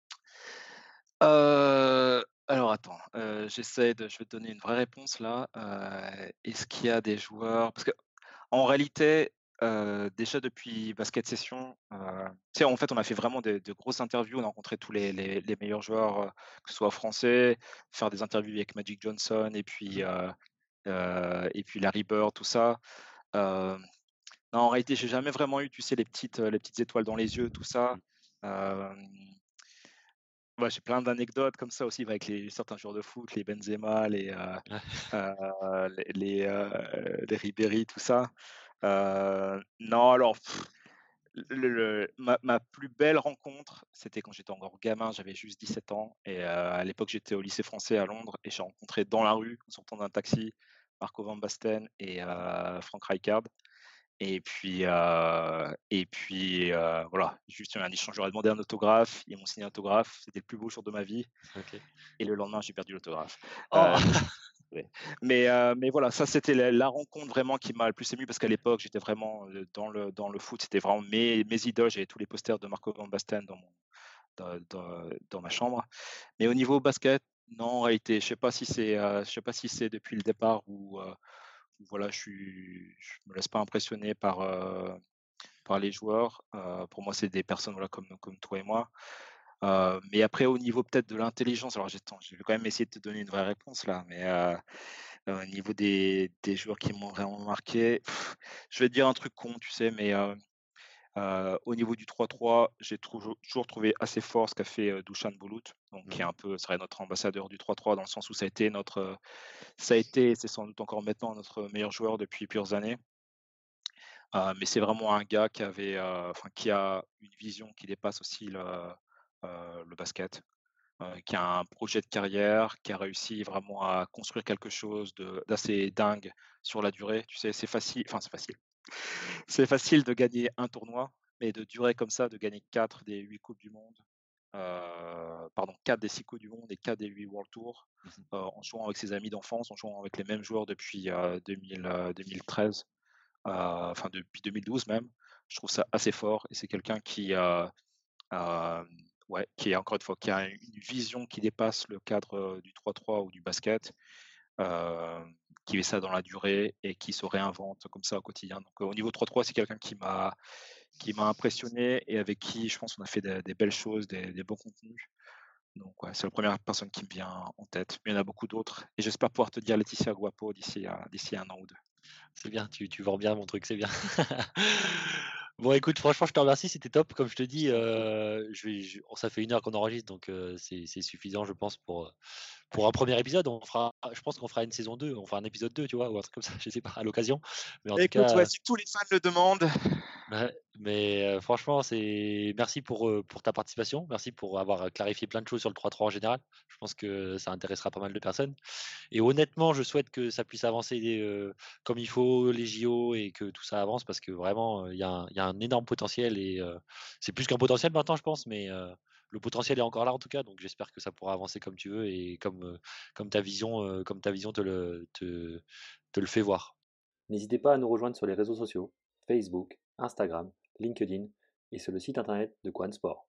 Alors attends, je vais te donner une vraie réponse là. Est-ce qu'il y a des joueurs parce qu'en réalité, déjà depuis Basket Session, tu sais, en fait, on a fait vraiment de grosses interviews. On a rencontré tous les meilleurs joueurs, que ce soit français, faire des interviews avec Magic Johnson Mmh. et puis Larry Bird, tout ça. Hem, non, en réalité, j'ai jamais vraiment eu, tu sais, les petites étoiles dans les yeux, tout ça. Mmh. Hem Ouais, j'ai plein d'anecdotes comme ça aussi, bah, avec certains joueurs de foot, les Benzema, les Ribéry, tout ça. Non, alors ma plus belle rencontre, c'était quand j'étais encore gamin, j'avais juste 17 ans et à l'époque, j'étais au lycée français à Londres et j'ai rencontré dans la rue, en sortant d'un taxi, Marco van Basten et Frank Rijkaard. Voilà, juste un échange, j'aurais demandé un autographe, ils m'ont signé un autographe, c'était le plus beau jour de ma vie OK. et le lendemain, j'ai perdu l'autographe. Je Oh! ouais. Mais voilà, ça c'était la rencontre vraiment qui m'a le plus ému parce qu'à l'époque, j'étais vraiment, dans le foot, c'était vraiment mes idoles, j'avais tous les posters de Marco van Basten dans ma chambre. Mais au niveau basket, non, en réalité, je sais pas si c'est depuis le départ ou voilà, je me laisse pas impressionner par les joueurs. Pour moi, c'est des personnes, voilà, comme toi et moi. Mais après au niveau peut-être de l'intelligence, alors je vais quand même essayer de te donner une vraie réponse là, mais au niveau des joueurs qui m'ont vraiment marqué, je vais te dire un truc con, tu sais, mais au niveau du 3-3, j'ai toujours trouvé assez fort ce qu'a fait, Dusan Bulut, donc qui est Mmh. un peu serait notre ambassadeur du 3-3 dans le sens où ça a été, c'est sans doute encore maintenant notre meilleur joueur depuis plusieurs années. Mais c'est vraiment un gars qui a une vision qui dépasse aussi le basket, qui a un projet de carrière, qui a réussi vraiment à construire quelque chose d'assez dingue sur la durée. Tu sais, c'est facile. C'est facile de gagner un tournoi, mais de durer comme ça, de gagner 4 des 8 coupes du monde, pardon, 4 des 6 coupes du monde et 4 des 8 World Tours, Mmh. en jouant avec ses amis d'enfance, en jouant avec les mêmes joueurs depuis, 2013. Enfin depuis 2012 même. Je trouve ça assez fort et c'est quelqu'un hem, ouais, qui est encore une fois, qui a une vision qui dépasse le cadre, du 3-3 ou du basket, qui met ça dans la durée et qui se réinvente comme ça au quotidien. Donc, au niveau 3-3, c'est quelqu'un qui m'a impressionné et avec qui je pense qu'on a fait des belles choses, des bons contenus. Donc ouais, c'est la première personne qui me vient en tête, mais il y en a beaucoup d'autres et j'espère pouvoir te dire Laetitia Guapo d'ici 1 an ou 2. C'est bien, tu vends bien mon truc, c'est bien. Bon, écoute, franchement, je te remercie, c'était top. Comme je te dis, ça fait 1 heure qu'on enregistre, donc c'est suffisant, je pense, pour un premier épisode. Je pense qu'on fera une saison 2, on fera un épisode 2, tu vois, ou un truc comme ça, je sais pas, à l'occasion. Mais en tout Écoute, ouais, cas, si tous les fans le demandent. ouais, mais franchement, merci pour ta participation. Merci pour avoir clarifié plein de choses sur le 3-3 en général. Je pense que ça intéressera pas mal de personnes. Et honnêtement, je souhaite que ça puisse avancer comme il faut, les JO, et que tout ça avance parce que vraiment, il y a un énorme potentiel et c'est plus qu'un potentiel maintenant, je pense, mais le potentiel est encore là en tout cas. Donc j'espère que ça pourra avancer comme tu veux et comme ta vision te le fait voir. N'hésitez pas à nous rejoindre sur les réseaux sociaux, Facebook, Instagram, LinkedIn et sur le site internet de Quan Sport.